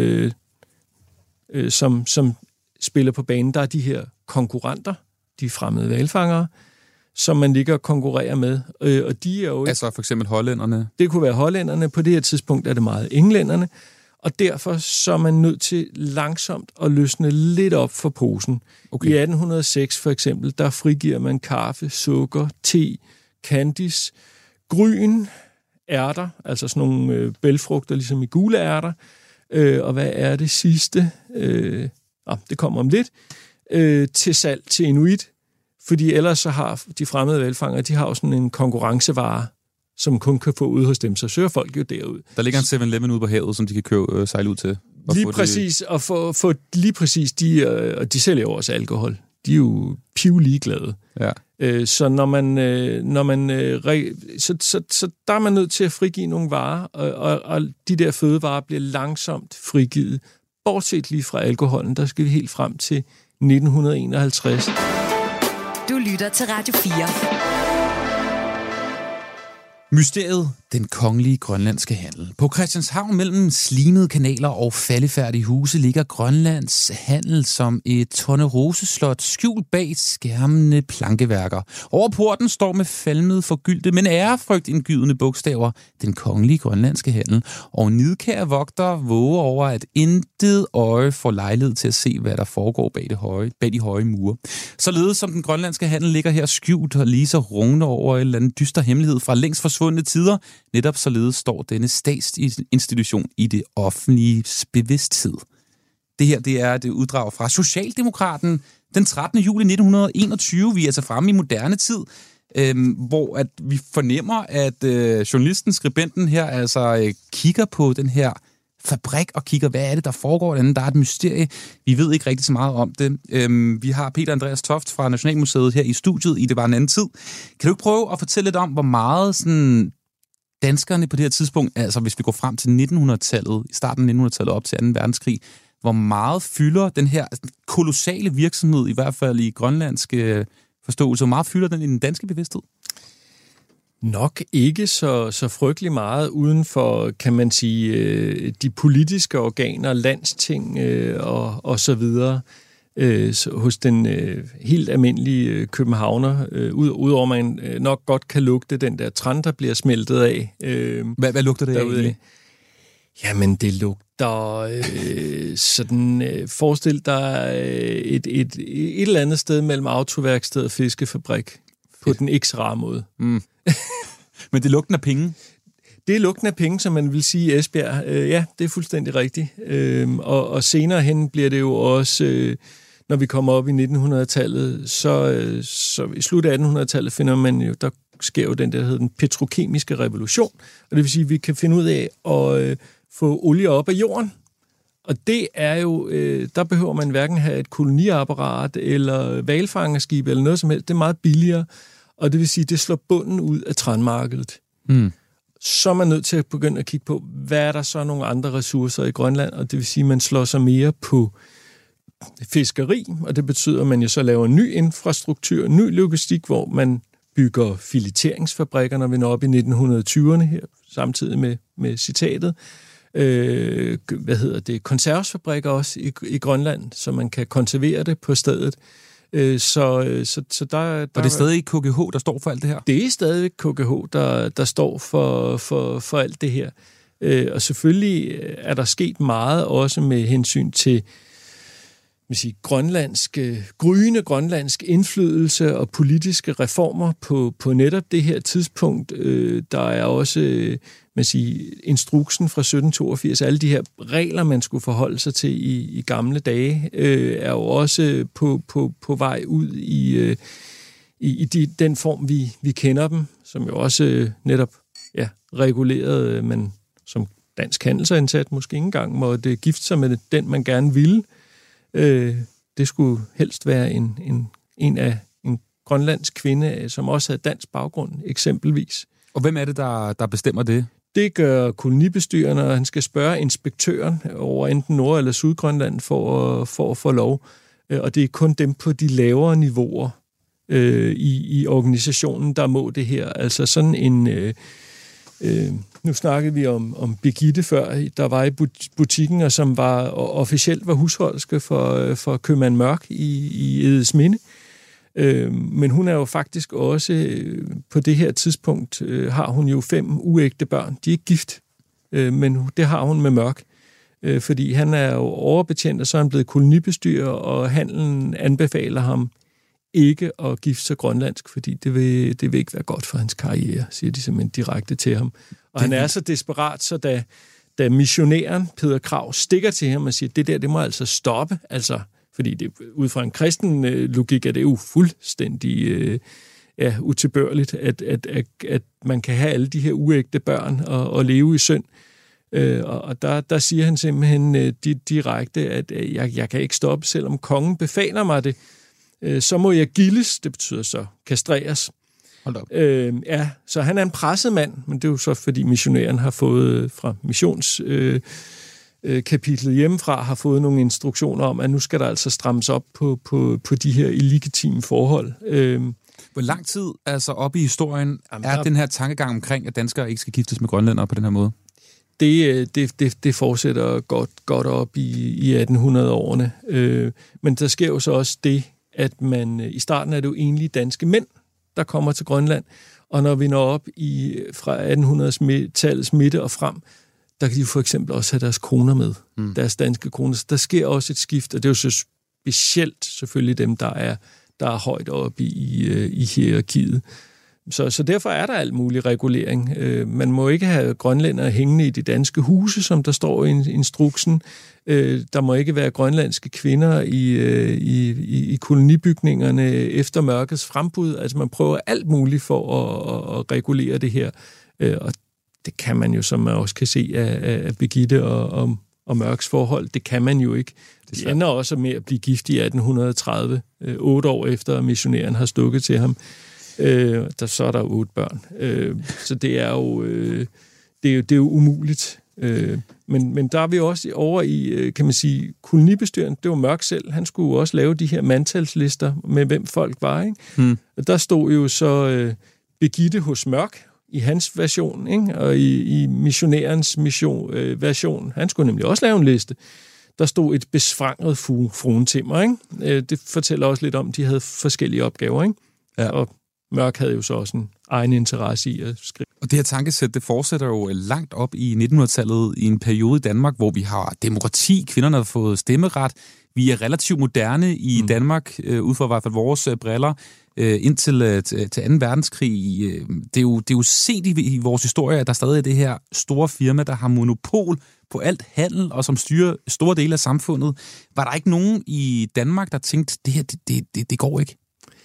[SPEAKER 4] som spiller på banen. Der er de her konkurrenter, de fremmede hvalfangere, som man ligger og konkurrerer med. Og de er jo ikke...
[SPEAKER 3] Altså for eksempel hollænderne?
[SPEAKER 4] Det kunne være hollænderne. På det her tidspunkt er det meget englænderne. Og derfor så er man nødt til langsomt at løsne lidt op for posen. Okay. I 1806 for eksempel, der frigiver man kaffe, sukker, te, candies, gryn, ærter, altså sådan nogle bælgfrugter, ligesom i gule ærter. Og hvad er det sidste? Det kommer om lidt. Til salg til inuit. Fordi ellers så har de fremmede hvalfangere, de har jo sådan en konkurrencevare, som kun kan få ud hos dem, så søger folk jo derud. Der
[SPEAKER 3] ligger en 7-Eleven ude på havet, som de kan købe sejle ud til.
[SPEAKER 4] Lige præcis, og få lige præcis og de sælger jo også alkohol. De er jo pivligeglade. Ja. Så så der er man nødt til at frigive nogle varer, og de der fødevarer bliver langsomt frigivet. Bortset lige fra alkoholen, der skal vi helt frem til 1951.
[SPEAKER 2] Du lytter til Radio 4.
[SPEAKER 3] Mysteriet, den kongelige grønlandske handel. På Christianshavn mellem slimede kanaler og faldefærdige huse ligger Grønlands handel som et Tornerose-slot skjult bag skærmende plankeværker. Over porten står med falmede forgyldte, men ærefrygtindgydende bogstaver den kongelige grønlandske handel. Og nidkære vogter våger over, at intet øje får lejlighed til at se, hvad der foregår bag de høje mure. Således som den grønlandske handel ligger her skjult og lige så rungende over en eller anden dyster hemmelighed fra længst forsvundne tider. Netop således står denne statsinstitution i det offentlige bevidsthed. Det her, det er det uddrag fra Socialdemokraten den 13. juli 1921. Vi er altså fremme i moderne tid, hvor at vi fornemmer, at journalisten, skribenten her, altså kigger på den her fabrik og kigger, hvad er det, der foregår derinde. Der er et mysterie. Vi ved ikke rigtig så meget om det. Vi har Peter Andreas Toft fra Nationalmuseet her i studiet i Det var en anden tid. Kan du ikke prøve at fortælle lidt om, hvor meget sådan danskerne på det her tidspunkt, altså hvis vi går frem til 1900-tallet, i starten af 1900-tallet op til 2. verdenskrig, hvor meget fylder den her kolossale virksomhed, i hvert fald i grønlandske forståelse, hvor meget fylder den i den danske bevidsthed?
[SPEAKER 4] Nok ikke så frygtelig meget uden for, kan man sige, de politiske organer, landsting og så videre. Hos den helt almindelige københavner, udover man nok godt kan lugte den der tran, der bliver smeltet af.
[SPEAKER 3] Hvad lugter det af?
[SPEAKER 4] Jamen, det lugter sådan... Forestil dig et eller andet sted mellem autoværksted og fiskefabrik på den ikke så rare måde.
[SPEAKER 3] Mm. Men det lugten af penge?
[SPEAKER 4] Det er lugten af penge, som man vil sige i Esbjerg. Ja, det er fuldstændig rigtigt. Og senere hen bliver det jo også... Når vi kommer op i 1900-tallet, så i slut af 1800-tallet finder man jo, der sker jo den der hedder den petrokemiske revolution. Og det vil sige, at vi kan finde ud af at få olie op af jorden. Og det er jo, der behøver man hverken have et koloniapparat eller hvalfangerskib eller noget som helst. Det er meget billigere, og det vil sige, det slår bunden ud af tranmarkedet. Mm. Så er man nødt til at begynde at kigge på, hvad er der så nogle andre ressourcer i Grønland, og det vil sige, at man slår sig mere på fiskeri, og det betyder, at man jo så laver en ny infrastruktur, en ny logistik, hvor man bygger fileteringsfabrikker, når vi når op i 1920'erne her, samtidig med citatet. Konservesfabrikker også i Grønland, så man kan konservere det på stedet. Så der
[SPEAKER 3] og det er stadig KGH, der står for alt det her?
[SPEAKER 4] Det er stadig KGH, der står for alt det her. Og selvfølgelig er der sket meget også med hensyn til gryende grønlandsk indflydelse og politiske reformer på netop det her tidspunkt. Der er også instruksen fra 1782, alle de her regler, man skulle forholde sig til i gamle dage, er jo også på vej ud i den form, vi kender dem, som jo også netop regulerede, man som dansk handelsansat måske ikke engang måtte gifte sig med den, man gerne ville. Det skulle helst være en grønlandsk kvinde, som også havde dansk baggrund, eksempelvis.
[SPEAKER 3] Og hvem er det, der bestemmer det?
[SPEAKER 4] Det gør kolonibestyreren, og han skal spørge inspektøren over enten Nord- eller Sydgrønland for at få lov. Og det er kun dem på de lavere niveauer i organisationen, der må det her. Altså sådan en... Nu snakkede vi om Birgitte før, der var i butikken, og som officielt var husholderske for købmand Mørk i Edesminde. Men hun er jo faktisk også, på det her tidspunkt, har hun jo 5 uægte børn. De er ikke gift, men det har hun med Mørk. Fordi han er jo overbetjent, og så er han blevet kolonibestyrer, og handelen anbefaler ham ikke at gifte sig grønlandsk, fordi det vil ikke være godt for hans karriere, siger de simpelthen direkte til ham. Og han er så desperat, så da missionæren Peder Krag stikker til ham og siger, det må altså stoppe, altså, fordi det, ud fra en kristen logik er det jo fuldstændig utilbørligt, at man kan have alle de her uægte børn og leve i synd. Og der siger han simpelthen direkte, at jeg kan ikke stoppe, selvom kongen befaler mig det. Så må jeg gildes, det betyder så kastreres. Så han er en presset mand, men det er jo så, fordi missionæren har fået fra missionskapitlet hjemmefra, har fået nogle instruktioner om, at nu skal der altså strammes op på de her illegitime forhold.
[SPEAKER 3] Hvor lang tid altså oppe i historien er den her tankegang omkring, at danskere ikke skal giftes med grønlændere på den her måde?
[SPEAKER 4] Det fortsætter godt op i 1800-årene. Men der sker jo så også det, at man i starten er det jo egentlig danske mænd, der kommer til Grønland, og når vi når op fra 1800-tallets midte og frem, der kan de for eksempel også have deres koner med, deres danske koner. Så der sker også et skift, og det er jo så specielt selvfølgelig dem, der er højt oppe i hierarkiet. Så derfor er der alt mulig regulering. Man må ikke have grønlændere hængende i de danske huse, som der står i instruksen. Der må ikke være grønlandske kvinder i kolonibygningerne efter mørkets frembrud. Altså man prøver alt muligt for at regulere det her. Og det kan man jo, som man også kan se af Birgitte og Mørks forhold, det kan man jo ikke. De ender også med at blive gift i 1830, 8 år efter missionæren har stukket til ham. Så er der 8 børn. Så det er jo umuligt. Men der er vi også over i, kan man sige, kolonibestyren. Det var Mørk selv. Han skulle også lave de her mandtalslister med, hvem folk var. Ikke? Der stod jo så Birgitte hos Mørk. i hans version, ikke? Og i missionærens version, han skulle nemlig også lave en liste. Der stod et besvangret fruentimmer, ikke? Det fortæller også lidt om, at de havde forskellige opgaver, ikke? Ja. Og Mørk havde jo så også en egen interesse i at skrive. Og
[SPEAKER 3] det her tankesæt, det fortsætter jo langt op i 1900-tallet i en periode i Danmark, hvor vi har demokrati, kvinderne har fået stemmeret, vi er relativt moderne i Danmark, ud fra i hvert fald vores briller, indtil til 2. verdenskrig. Det er jo set i vores historie, at der stadig er det her store firma, der har monopol på alt handel, og som styrer store dele af samfundet. Var der ikke nogen i Danmark, der tænkte, det her, det går ikke?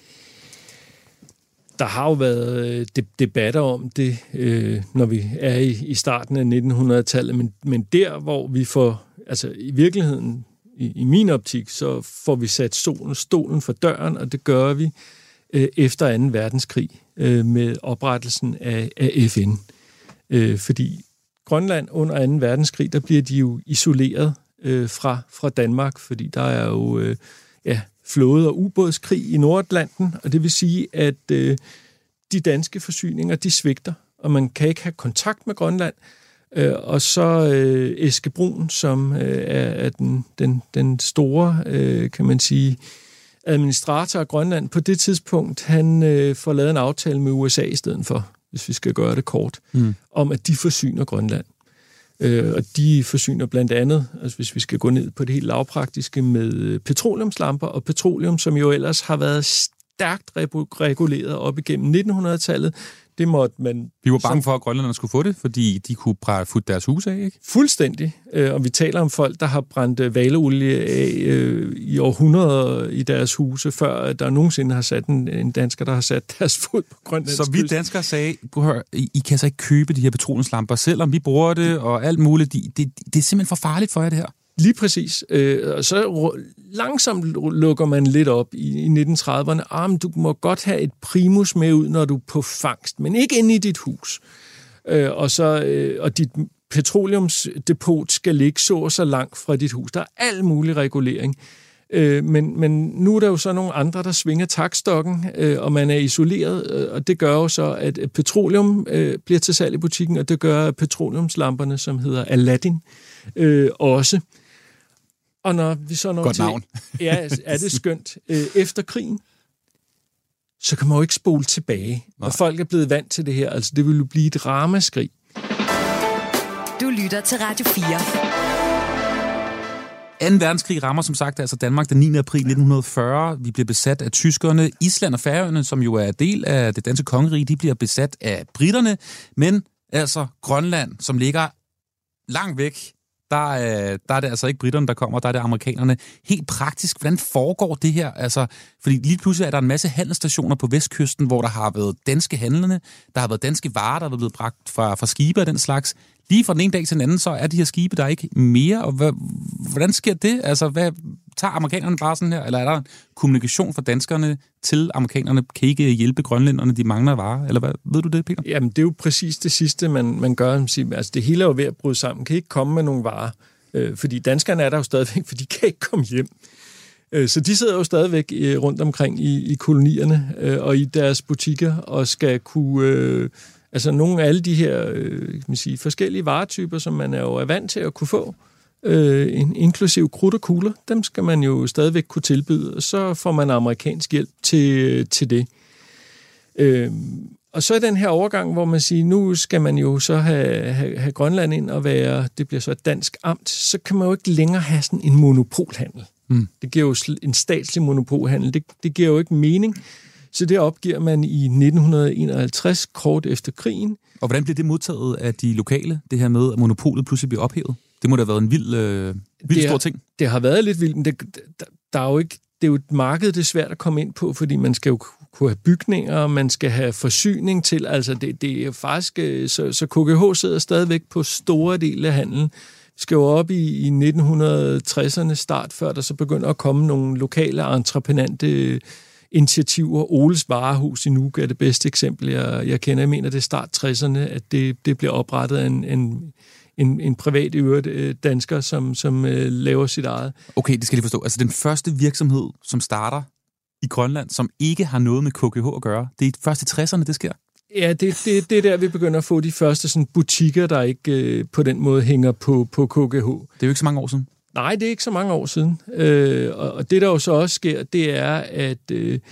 [SPEAKER 4] Der har jo været debatter om det, når vi er i starten af 1900-tallet, men der, hvor vi får, altså i virkeligheden, i min optik, så får vi sat stolen for døren, og det gør vi efter 2. verdenskrig med oprettelsen af FN. Fordi Grønland under 2. verdenskrig, der bliver de jo isoleret fra Danmark, fordi der er jo flåde- og ubådskrig i Nordatlanten, og det vil sige, at de danske forsyninger, de svigter, og man kan ikke have kontakt med Grønland. Og så Eske Brun, som er den store, kan man sige, administrator af Grønland, på det tidspunkt, han får lavet en aftale med USA i stedet for, hvis vi skal gøre det kort, om at de forsyner Grønland. Og de forsyner blandt andet, altså hvis vi skal gå ned på det helt lavpraktiske, med petroleumslamper, og petroleum, som jo ellers har været stærkt reguleret op igennem 1900-tallet. Det måtte man...
[SPEAKER 3] Vi var bange for, at grønlænderne skulle få det, fordi de kunne futte deres hus af, ikke?
[SPEAKER 4] Fuldstændig. Og vi taler om folk, der har brændt hvaleolie af i århundreder i deres huse, før der nogensinde har sat en dansker, der har sat deres fod på Grønlands kyst.
[SPEAKER 3] Så vi danskere sagde, I kan så ikke købe de her petroleumslamper, selvom vi bruger det og alt muligt. Det er simpelthen for farligt for jer, det her.
[SPEAKER 4] Lige præcis. Og så langsomt lukker man lidt op i 1930'erne. Men du må godt have et primus med ud, når du er på fangst, men ikke inde i dit hus. Og dit petroleumsdepot skal ligge så langt fra dit hus. Der er al mulig regulering. Men nu er der jo så nogle andre, der svinger taktstokken, og man er isoleret, og det gør jo så, at petroleum bliver til salg i butikken, og det gør petroleumslamperne, som hedder Aladdin, også. Og når vi så når
[SPEAKER 3] godt navn.
[SPEAKER 4] Ja, er det skønt. Efter krigen, så kan man jo ikke spole tilbage. Og folk er blevet vant til det her. Altså, det vil jo blive et ramaskrig.
[SPEAKER 2] Du lytter til Radio 4.
[SPEAKER 3] 2. verdenskrig rammer som sagt altså Danmark den 9. april 1940. Vi bliver besat af tyskerne. Island og Færøerne, som jo er del af det danske kongerige, de bliver besat af briterne. Men altså Grønland, som ligger langt væk, der er det altså ikke briterne, der kommer, der er det amerikanerne. Helt praktisk, hvordan foregår det her? Altså, fordi lige pludselig er der en masse handelsstationer på vestkysten, hvor der har været danske handlende, der har været danske varer, der er blevet bragt fra skibe og den slags. Lige fra den ene dag til den anden, så er de her skibe der ikke mere, og hvordan sker det? Altså, hvad tager amerikanerne bare sådan her, eller er der en kommunikation fra danskerne til amerikanerne? Kan ikke hjælpe grønlænderne, de mangler varer, eller hvad? Ved du det, Peter?
[SPEAKER 4] Jamen, det er jo præcis det sidste, man gør. Altså, det hele er jo ved at bryde sammen. Kan ikke komme med nogle varer, fordi danskerne er der jo stadigvæk, for de kan ikke komme hjem. Så de sidder jo stadigvæk rundt omkring i kolonierne og i deres butikker, og skal kunne... Altså nogle af alle de her kan man sige, forskellige varetyper, som man er jo vant til at kunne få, inklusiv krudt og kugler, dem skal man jo stadigvæk kunne tilbyde, og så får man amerikansk hjælp til det. Og så er den her overgang, hvor man siger, nu skal man jo så have Grønland ind og være, det bliver så et dansk amt, så kan man jo ikke længere have sådan en monopolhandel. Det giver jo en statslig monopolhandel, det giver jo ikke mening. Så det opgiver man i 1951, kort efter krigen.
[SPEAKER 3] Og hvordan bliver det modtaget af de lokale, det her med, at monopolet pludselig bliver ophævet? Det må da have været en vild stor ting.
[SPEAKER 4] Det har været lidt vildt, men der er jo ikke, det er jo et marked, det er svært at komme ind på, fordi man skal jo kunne have bygninger, man skal have forsyning til, altså det er faktisk, så KGH sidder stadigvæk på store dele af handelen. Vi skal jo op i 1960'erne start, før der så begynder at komme nogle lokale entreprenante initiativer. Oles Varehus i Nuuk er det bedste eksempel, jeg kender. Jeg mener, det er start 60'erne, at det bliver oprettet af en privat dansker, som laver sit eget.
[SPEAKER 3] Okay, det skal jeg lige forstå. Altså den første virksomhed, som starter i Grønland, som ikke har noget med KGH at gøre, det er først i 60'erne, det sker?
[SPEAKER 4] Ja, det er der, vi begynder at få de første sådan, butikker, der ikke på den måde hænger på KGH.
[SPEAKER 3] Det er jo ikke så mange år siden.
[SPEAKER 4] Nej, det er ikke så mange år siden. Og det, der jo så også sker, det er, at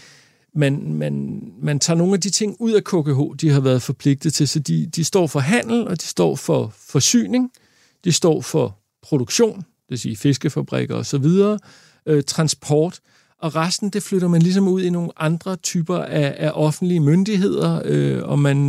[SPEAKER 4] man tager nogle af de ting ud af KGH, de har været forpligtet til. Så de står for handel, og de står for forsyning, de står for produktion, det vil sige fiskefabrikker osv., transport, og resten, det flytter man ligesom ud i nogle andre typer af offentlige myndigheder, og man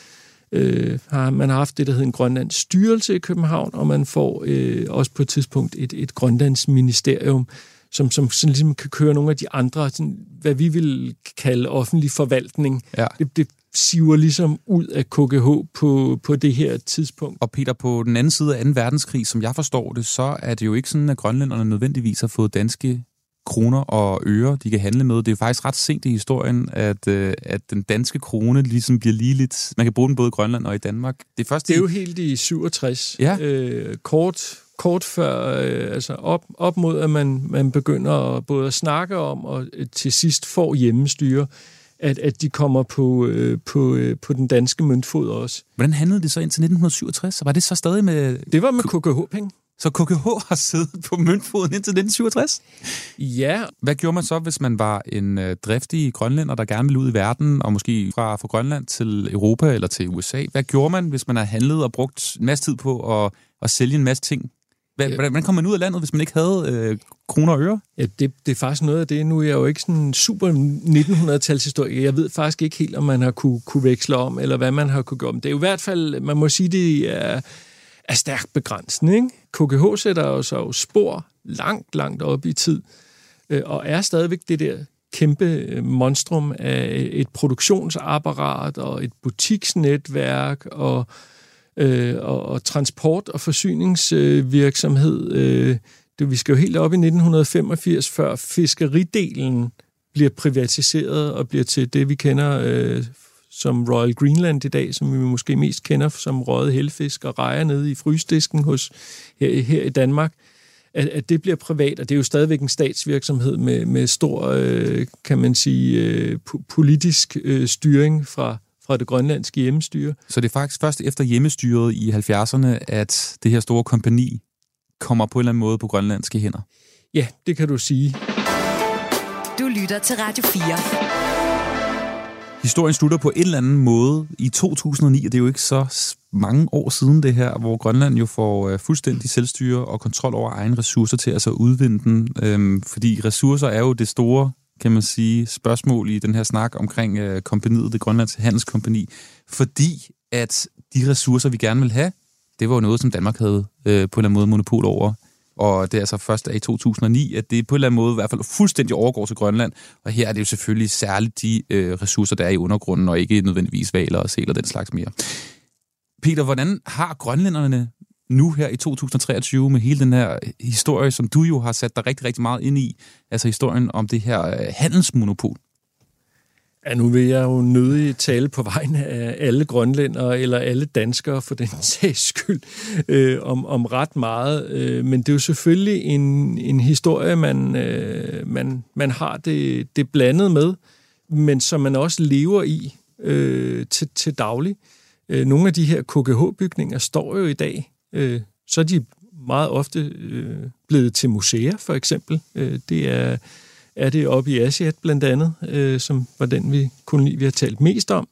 [SPEAKER 4] har haft det, der hedder en Grønlands styrelse i København, og man får også på et tidspunkt et Grønlands ministerium, som ligesom kan køre nogle af de andre, sådan, hvad vi vil kalde offentlig forvaltning.
[SPEAKER 3] Ja.
[SPEAKER 4] Det siver ligesom ud af KGH på det her tidspunkt.
[SPEAKER 3] Og Peter, på den anden side af 2. verdenskrig, som jeg forstår det, så er det jo ikke sådan, at grønlænderne nødvendigvis har fået danske kroner og øre, de kan handle med. Det er jo faktisk ret sent i historien, at den danske krone ligesom bliver lige lidt... Man kan bruge den både i Grønland og i Danmark.
[SPEAKER 4] Det er jo helt i 67.
[SPEAKER 3] Ja.
[SPEAKER 4] Kort før, altså op mod, at man begynder både at snakke om, og til sidst får hjemmestyre, at de kommer på den danske møntfod også.
[SPEAKER 3] Hvordan handlede det så indtil 1967? Var det så stadig med...
[SPEAKER 4] Det var med KGH-penge.
[SPEAKER 3] Så KGH har siddet på møntfoden indtil 1967?
[SPEAKER 4] Ja.
[SPEAKER 3] Hvad gjorde man så, hvis man var en driftig grønlænder, der gerne ville ud i verden, og måske fra Grønland til Europa eller til USA? Hvad gjorde man, hvis man har handlet og brugt en masse tid på at sælge en masse ting? Hvordan kom man ud af landet, hvis man ikke havde kroner og øre? Ja,
[SPEAKER 4] det er faktisk noget af det. Nu er jeg jo ikke sådan en super 1900-talshistorie. Jeg ved faktisk ikke helt, om man har kunne veksle om, eller hvad man har kunne gøre om. Det er jo i hvert fald, man må sige, det er stærkt begrænsende, ikke? KGH sætter jo spor langt op i tid, og er stadigvæk det der kæmpe monstrum af et produktionsapparat og et butiksnetværk og transport- og forsyningsvirksomhed. Vi skal jo helt op i 1985, før fiskeridelen bliver privatiseret og bliver til det, vi kender som Royal Greenland i dag, som vi måske mest kender som røget helfisk og rejer nede i frysdisken her i Danmark, at det bliver privat, og det er jo stadigvæk en statsvirksomhed med stor, kan man sige, politisk styring fra det grønlandske hjemmestyre.
[SPEAKER 3] Så det er faktisk først efter hjemmestyret i 70'erne, at det her store kompagni kommer på en eller anden måde på grønlandske hænder?
[SPEAKER 4] Ja, det kan du sige.
[SPEAKER 2] Du lytter til Radio 4.
[SPEAKER 3] Historien slutter på en eller anden måde i 2009, og det er jo ikke så mange år siden det her, hvor Grønland jo får fuldstændig selvstyre og kontrol over egne ressourcer til at så udvinde den. Fordi ressourcer er jo det store, kan man sige, spørgsmål i den her snak omkring kompagniet, det grønlandske handelskompagni. Fordi at de ressourcer, vi gerne vil have, det var jo noget, som Danmark havde på en eller anden måde monopol over. Og det er altså først i 2009, at det på en eller anden måde i hvert fald fuldstændig overgår til Grønland. Og her er det jo selvfølgelig særligt de ressourcer, der er i undergrunden, og ikke nødvendigvis hvaler og sæler den slags mere. Peter, hvordan har grønlænderne nu her i 2023 med hele den her historie, som du jo har sat dig rigtig, rigtig meget ind i, altså historien om det her handelsmonopol?
[SPEAKER 4] Ja, nu vil jeg jo nødig tale på vegne af alle grønlændere eller alle danskere for den sags skyld om ret meget. Men det er jo selvfølgelig en historie, man har det blandet med, men som man også lever i til daglig. Nogle af de her KGH-bygninger står jo i dag, så er de meget ofte blevet til museer, for eksempel. Det er det oppe i Asiat blandt andet, som var den koloni, vi har talt mest om.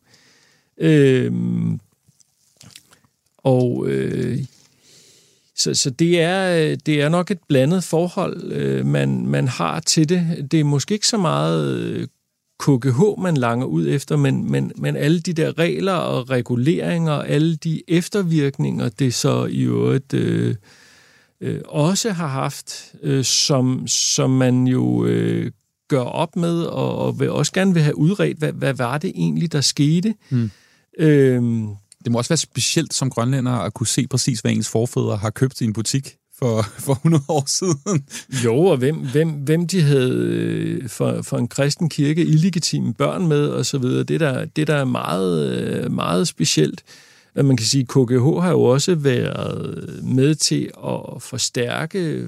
[SPEAKER 4] Så det er nok et blandet forhold, man har til det. Det er måske ikke så meget KGH, man langer ud efter, men alle de der regler og reguleringer, alle de eftervirkninger, det så i øvrigt også har haft, som man jo gør op med, og vil også gerne vil have udredt, hvad var det egentlig, der skete.
[SPEAKER 3] Det må også være specielt som grønlænder at kunne se præcis, hvad ens forfædre har købt i en butik for 100 år siden.
[SPEAKER 4] Jo, og hvem de havde for en kristen kirke illegitime børn med, og så videre. Det der er meget, meget specielt. Man kan sige, at KGH har jo også været med til at forstærke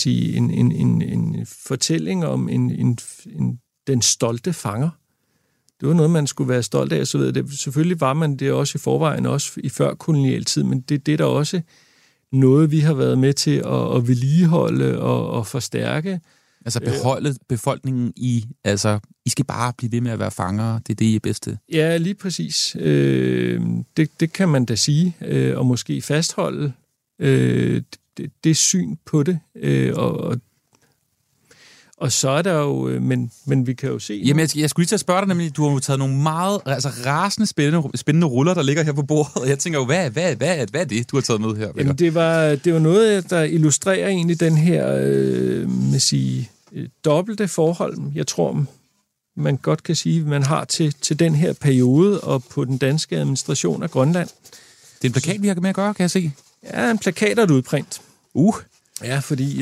[SPEAKER 4] en fortælling om den stolte fanger. det var noget, man skulle være stolt af, så videre. Selvfølgelig var man det også i forvejen, også i før kolonial tid, men det er der også noget, vi har været med til at vedligeholde og forstærke.
[SPEAKER 3] Altså beholde befolkningen i, altså, I skal bare blive ved med at være fangere, det er det, I er bedste. Ja,
[SPEAKER 4] lige præcis. Det kan man da sige, og måske fastholde det syn på det, og så er der jo, men vi kan jo se...
[SPEAKER 3] Jamen, jeg skulle lige til at spørge dig, nemlig, du har jo taget nogle meget rasende spændende ruller, der ligger her på bordet, og jeg tænker jo, hvad er det, du har taget med her?
[SPEAKER 4] Jamen, det var noget, der illustrerer egentlig den her, dobbelte forhold, jeg tror, man godt kan sige, man har til den her periode, og på den danske administration af Grønland.
[SPEAKER 3] Det er en plakat, vi har med at gøre, kan jeg se?
[SPEAKER 4] Ja, en plakat og et udprint. Ja, fordi...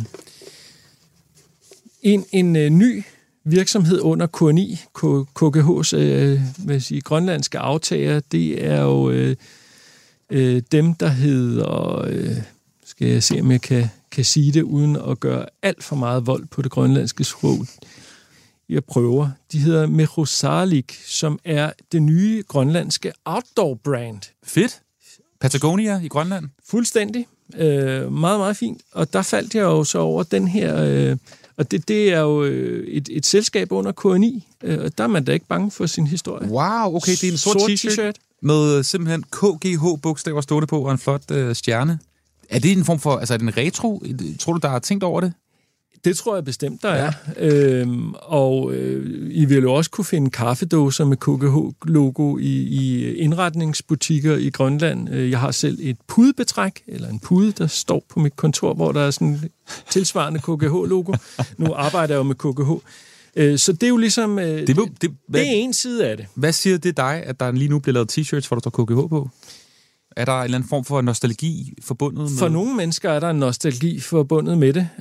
[SPEAKER 4] En ny virksomhed under KNI, KGH's grønlandske aftager, det er jo dem, der hedder, skal jeg se, om jeg kan sige det, uden at gøre alt for meget vold på det grønlandske sprog. Jeg prøver. De hedder Mechosaalik, som er det nye grønlandske outdoor-brand.
[SPEAKER 3] Fedt. Patagonia i Grønland.
[SPEAKER 4] Fuldstændig. Meget, meget fint. Og der faldt jeg jo så over den her... Og det er jo et selskab under KNI, og der er man da ikke bange for sin historie.
[SPEAKER 3] Wow, okay, det er en sort t-shirt med simpelthen KGH-bogstaver stående på, og en flot stjerne. Er det en form for, altså er det en retro? Tror du, der er tænkt over det?
[SPEAKER 4] Det tror jeg bestemt, der er. I vil jo også kunne finde kaffedåser med KGH-logo i indretningsbutikker i Grønland. Jeg har selv et pudebetræk, eller en pude, der står på mit kontor, hvor der er sådan en tilsvarende KGH-logo. Nu arbejder jeg jo med KGH. Så det er jo ligesom... det er en side af det.
[SPEAKER 3] Hvad siger det dig, at der lige nu bliver lavet t-shirts, hvor der står KGH på? Er der en eller anden form for nostalgi forbundet med?
[SPEAKER 4] For nogle mennesker er der en nostalgi forbundet med det,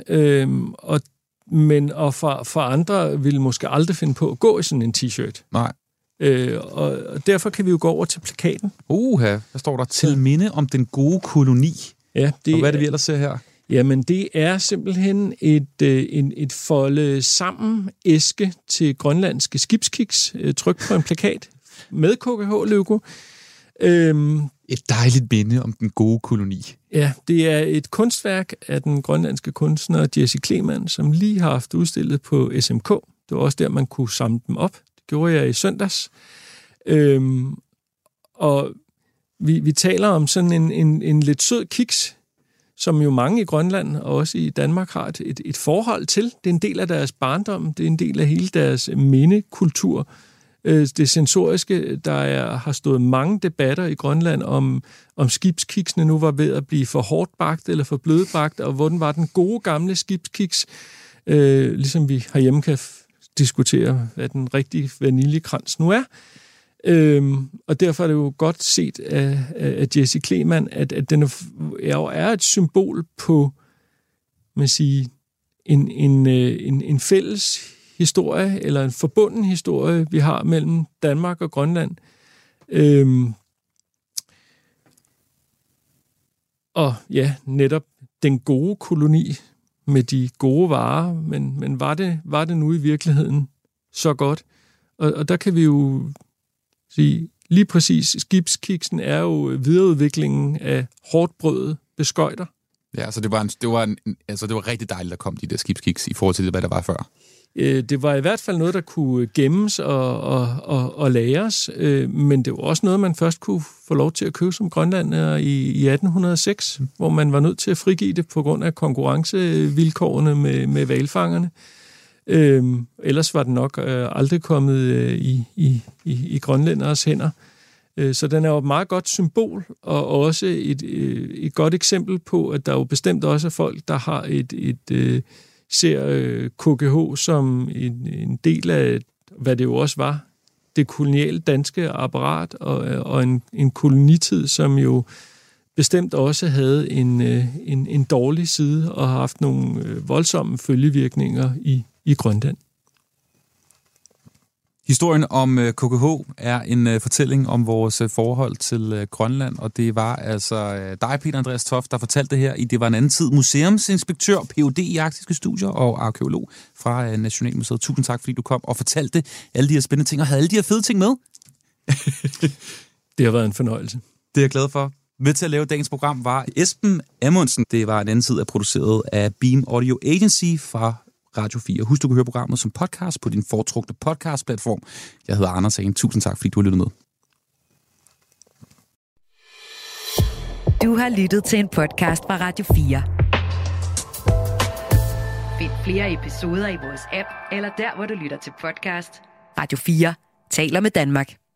[SPEAKER 4] og for andre vil måske aldrig finde på at gå i sådan en t-shirt.
[SPEAKER 3] Nej.
[SPEAKER 4] Og derfor kan vi jo gå over til plakaten.
[SPEAKER 3] Hvad står der? Til minde om den gode koloni.
[SPEAKER 4] Ja,
[SPEAKER 3] og hvad er det, vi ellers ser her?
[SPEAKER 4] Jamen, det er simpelthen et folde sammen æske til grønlandske skibskiks, trykt på en plakat med KGH-logo.
[SPEAKER 3] Et dejligt minde om den gode koloni.
[SPEAKER 4] Ja, det er et kunstværk af den grønlandske kunstner Jesse Kleemann, som lige har haft udstillet på SMK. Det var også der, man kunne samle dem op. Det gjorde jeg i søndags. Og vi taler om sådan en lidt sød kiks, som jo mange i Grønland og også i Danmark har et forhold til. Det er en del af deres barndom, det er en del af hele deres mindekultur. Det sensoriske, har stået mange debatter i Grønland om skibskiksene nu var ved at blive for hårdt bagt eller for blødbagt, og hvordan var den gode gamle skibskiks, ligesom vi herhjemme kan diskutere, hvad den rigtige vaniljekrans nu er. Og derfor er det jo godt set af Jesse Kleemann, at den er et symbol på, man siger, en fælles historie, eller en forbunden historie, vi har mellem Danmark og Grønland. Og ja, netop den gode koloni med de gode varer, men var det nu i virkeligheden så godt? Og der kan vi jo sige, lige præcis, skibskiksen er jo videreudviklingen af hårdtbrødede beskøjter.
[SPEAKER 3] Ja, så det var rigtig dejligt, at komme de der skibskiks i forhold til, hvad der var før.
[SPEAKER 4] Det var i hvert fald noget, der kunne gemmes og lagres, men det var også noget, man først kunne få lov til at købe som grønlander i 1806, hvor man var nødt til at frigive det på grund af konkurrencevilkårene med hvalfangerne. Ellers var det nok aldrig kommet i grønlænderes hænder. Så den er jo et meget godt symbol, og også et godt eksempel på, at der jo bestemt også er folk, der har ser KGH som en del af, hvad det jo også var, det koloniale danske apparat, og en kolonitid, som jo bestemt også havde en dårlig side, og har haft nogle voldsomme følgevirkninger i Grønland.
[SPEAKER 3] Historien om KKH er en fortælling om vores forhold til Grønland, og det var altså dig, Peter Andreas Toft, der fortalte det her i Det var en anden tid. Museumsinspektør, Ph.D. i arktiske studier og arkeolog fra Nationalmuseet. Tusind tak, fordi du kom og fortalte alle de her spændende ting, og havde alle de her fede ting med.
[SPEAKER 4] Det har været en fornøjelse.
[SPEAKER 3] Det er jeg glad for. Med til at lave dagens program var Esben Amundsen. Det var en anden tid, produceret af Beam Audio Agency fra Radio 4. Husk, du kan høre programmet som podcast på din foretrukne podcastplatform. Jeg hedder Anders Hagen. Tusind tak, fordi du har lyttet med.
[SPEAKER 2] Du har lyttet til en podcast fra Radio 4. Find flere episoder i vores app, eller der, hvor du lytter til podcast. Radio 4 taler med Danmark.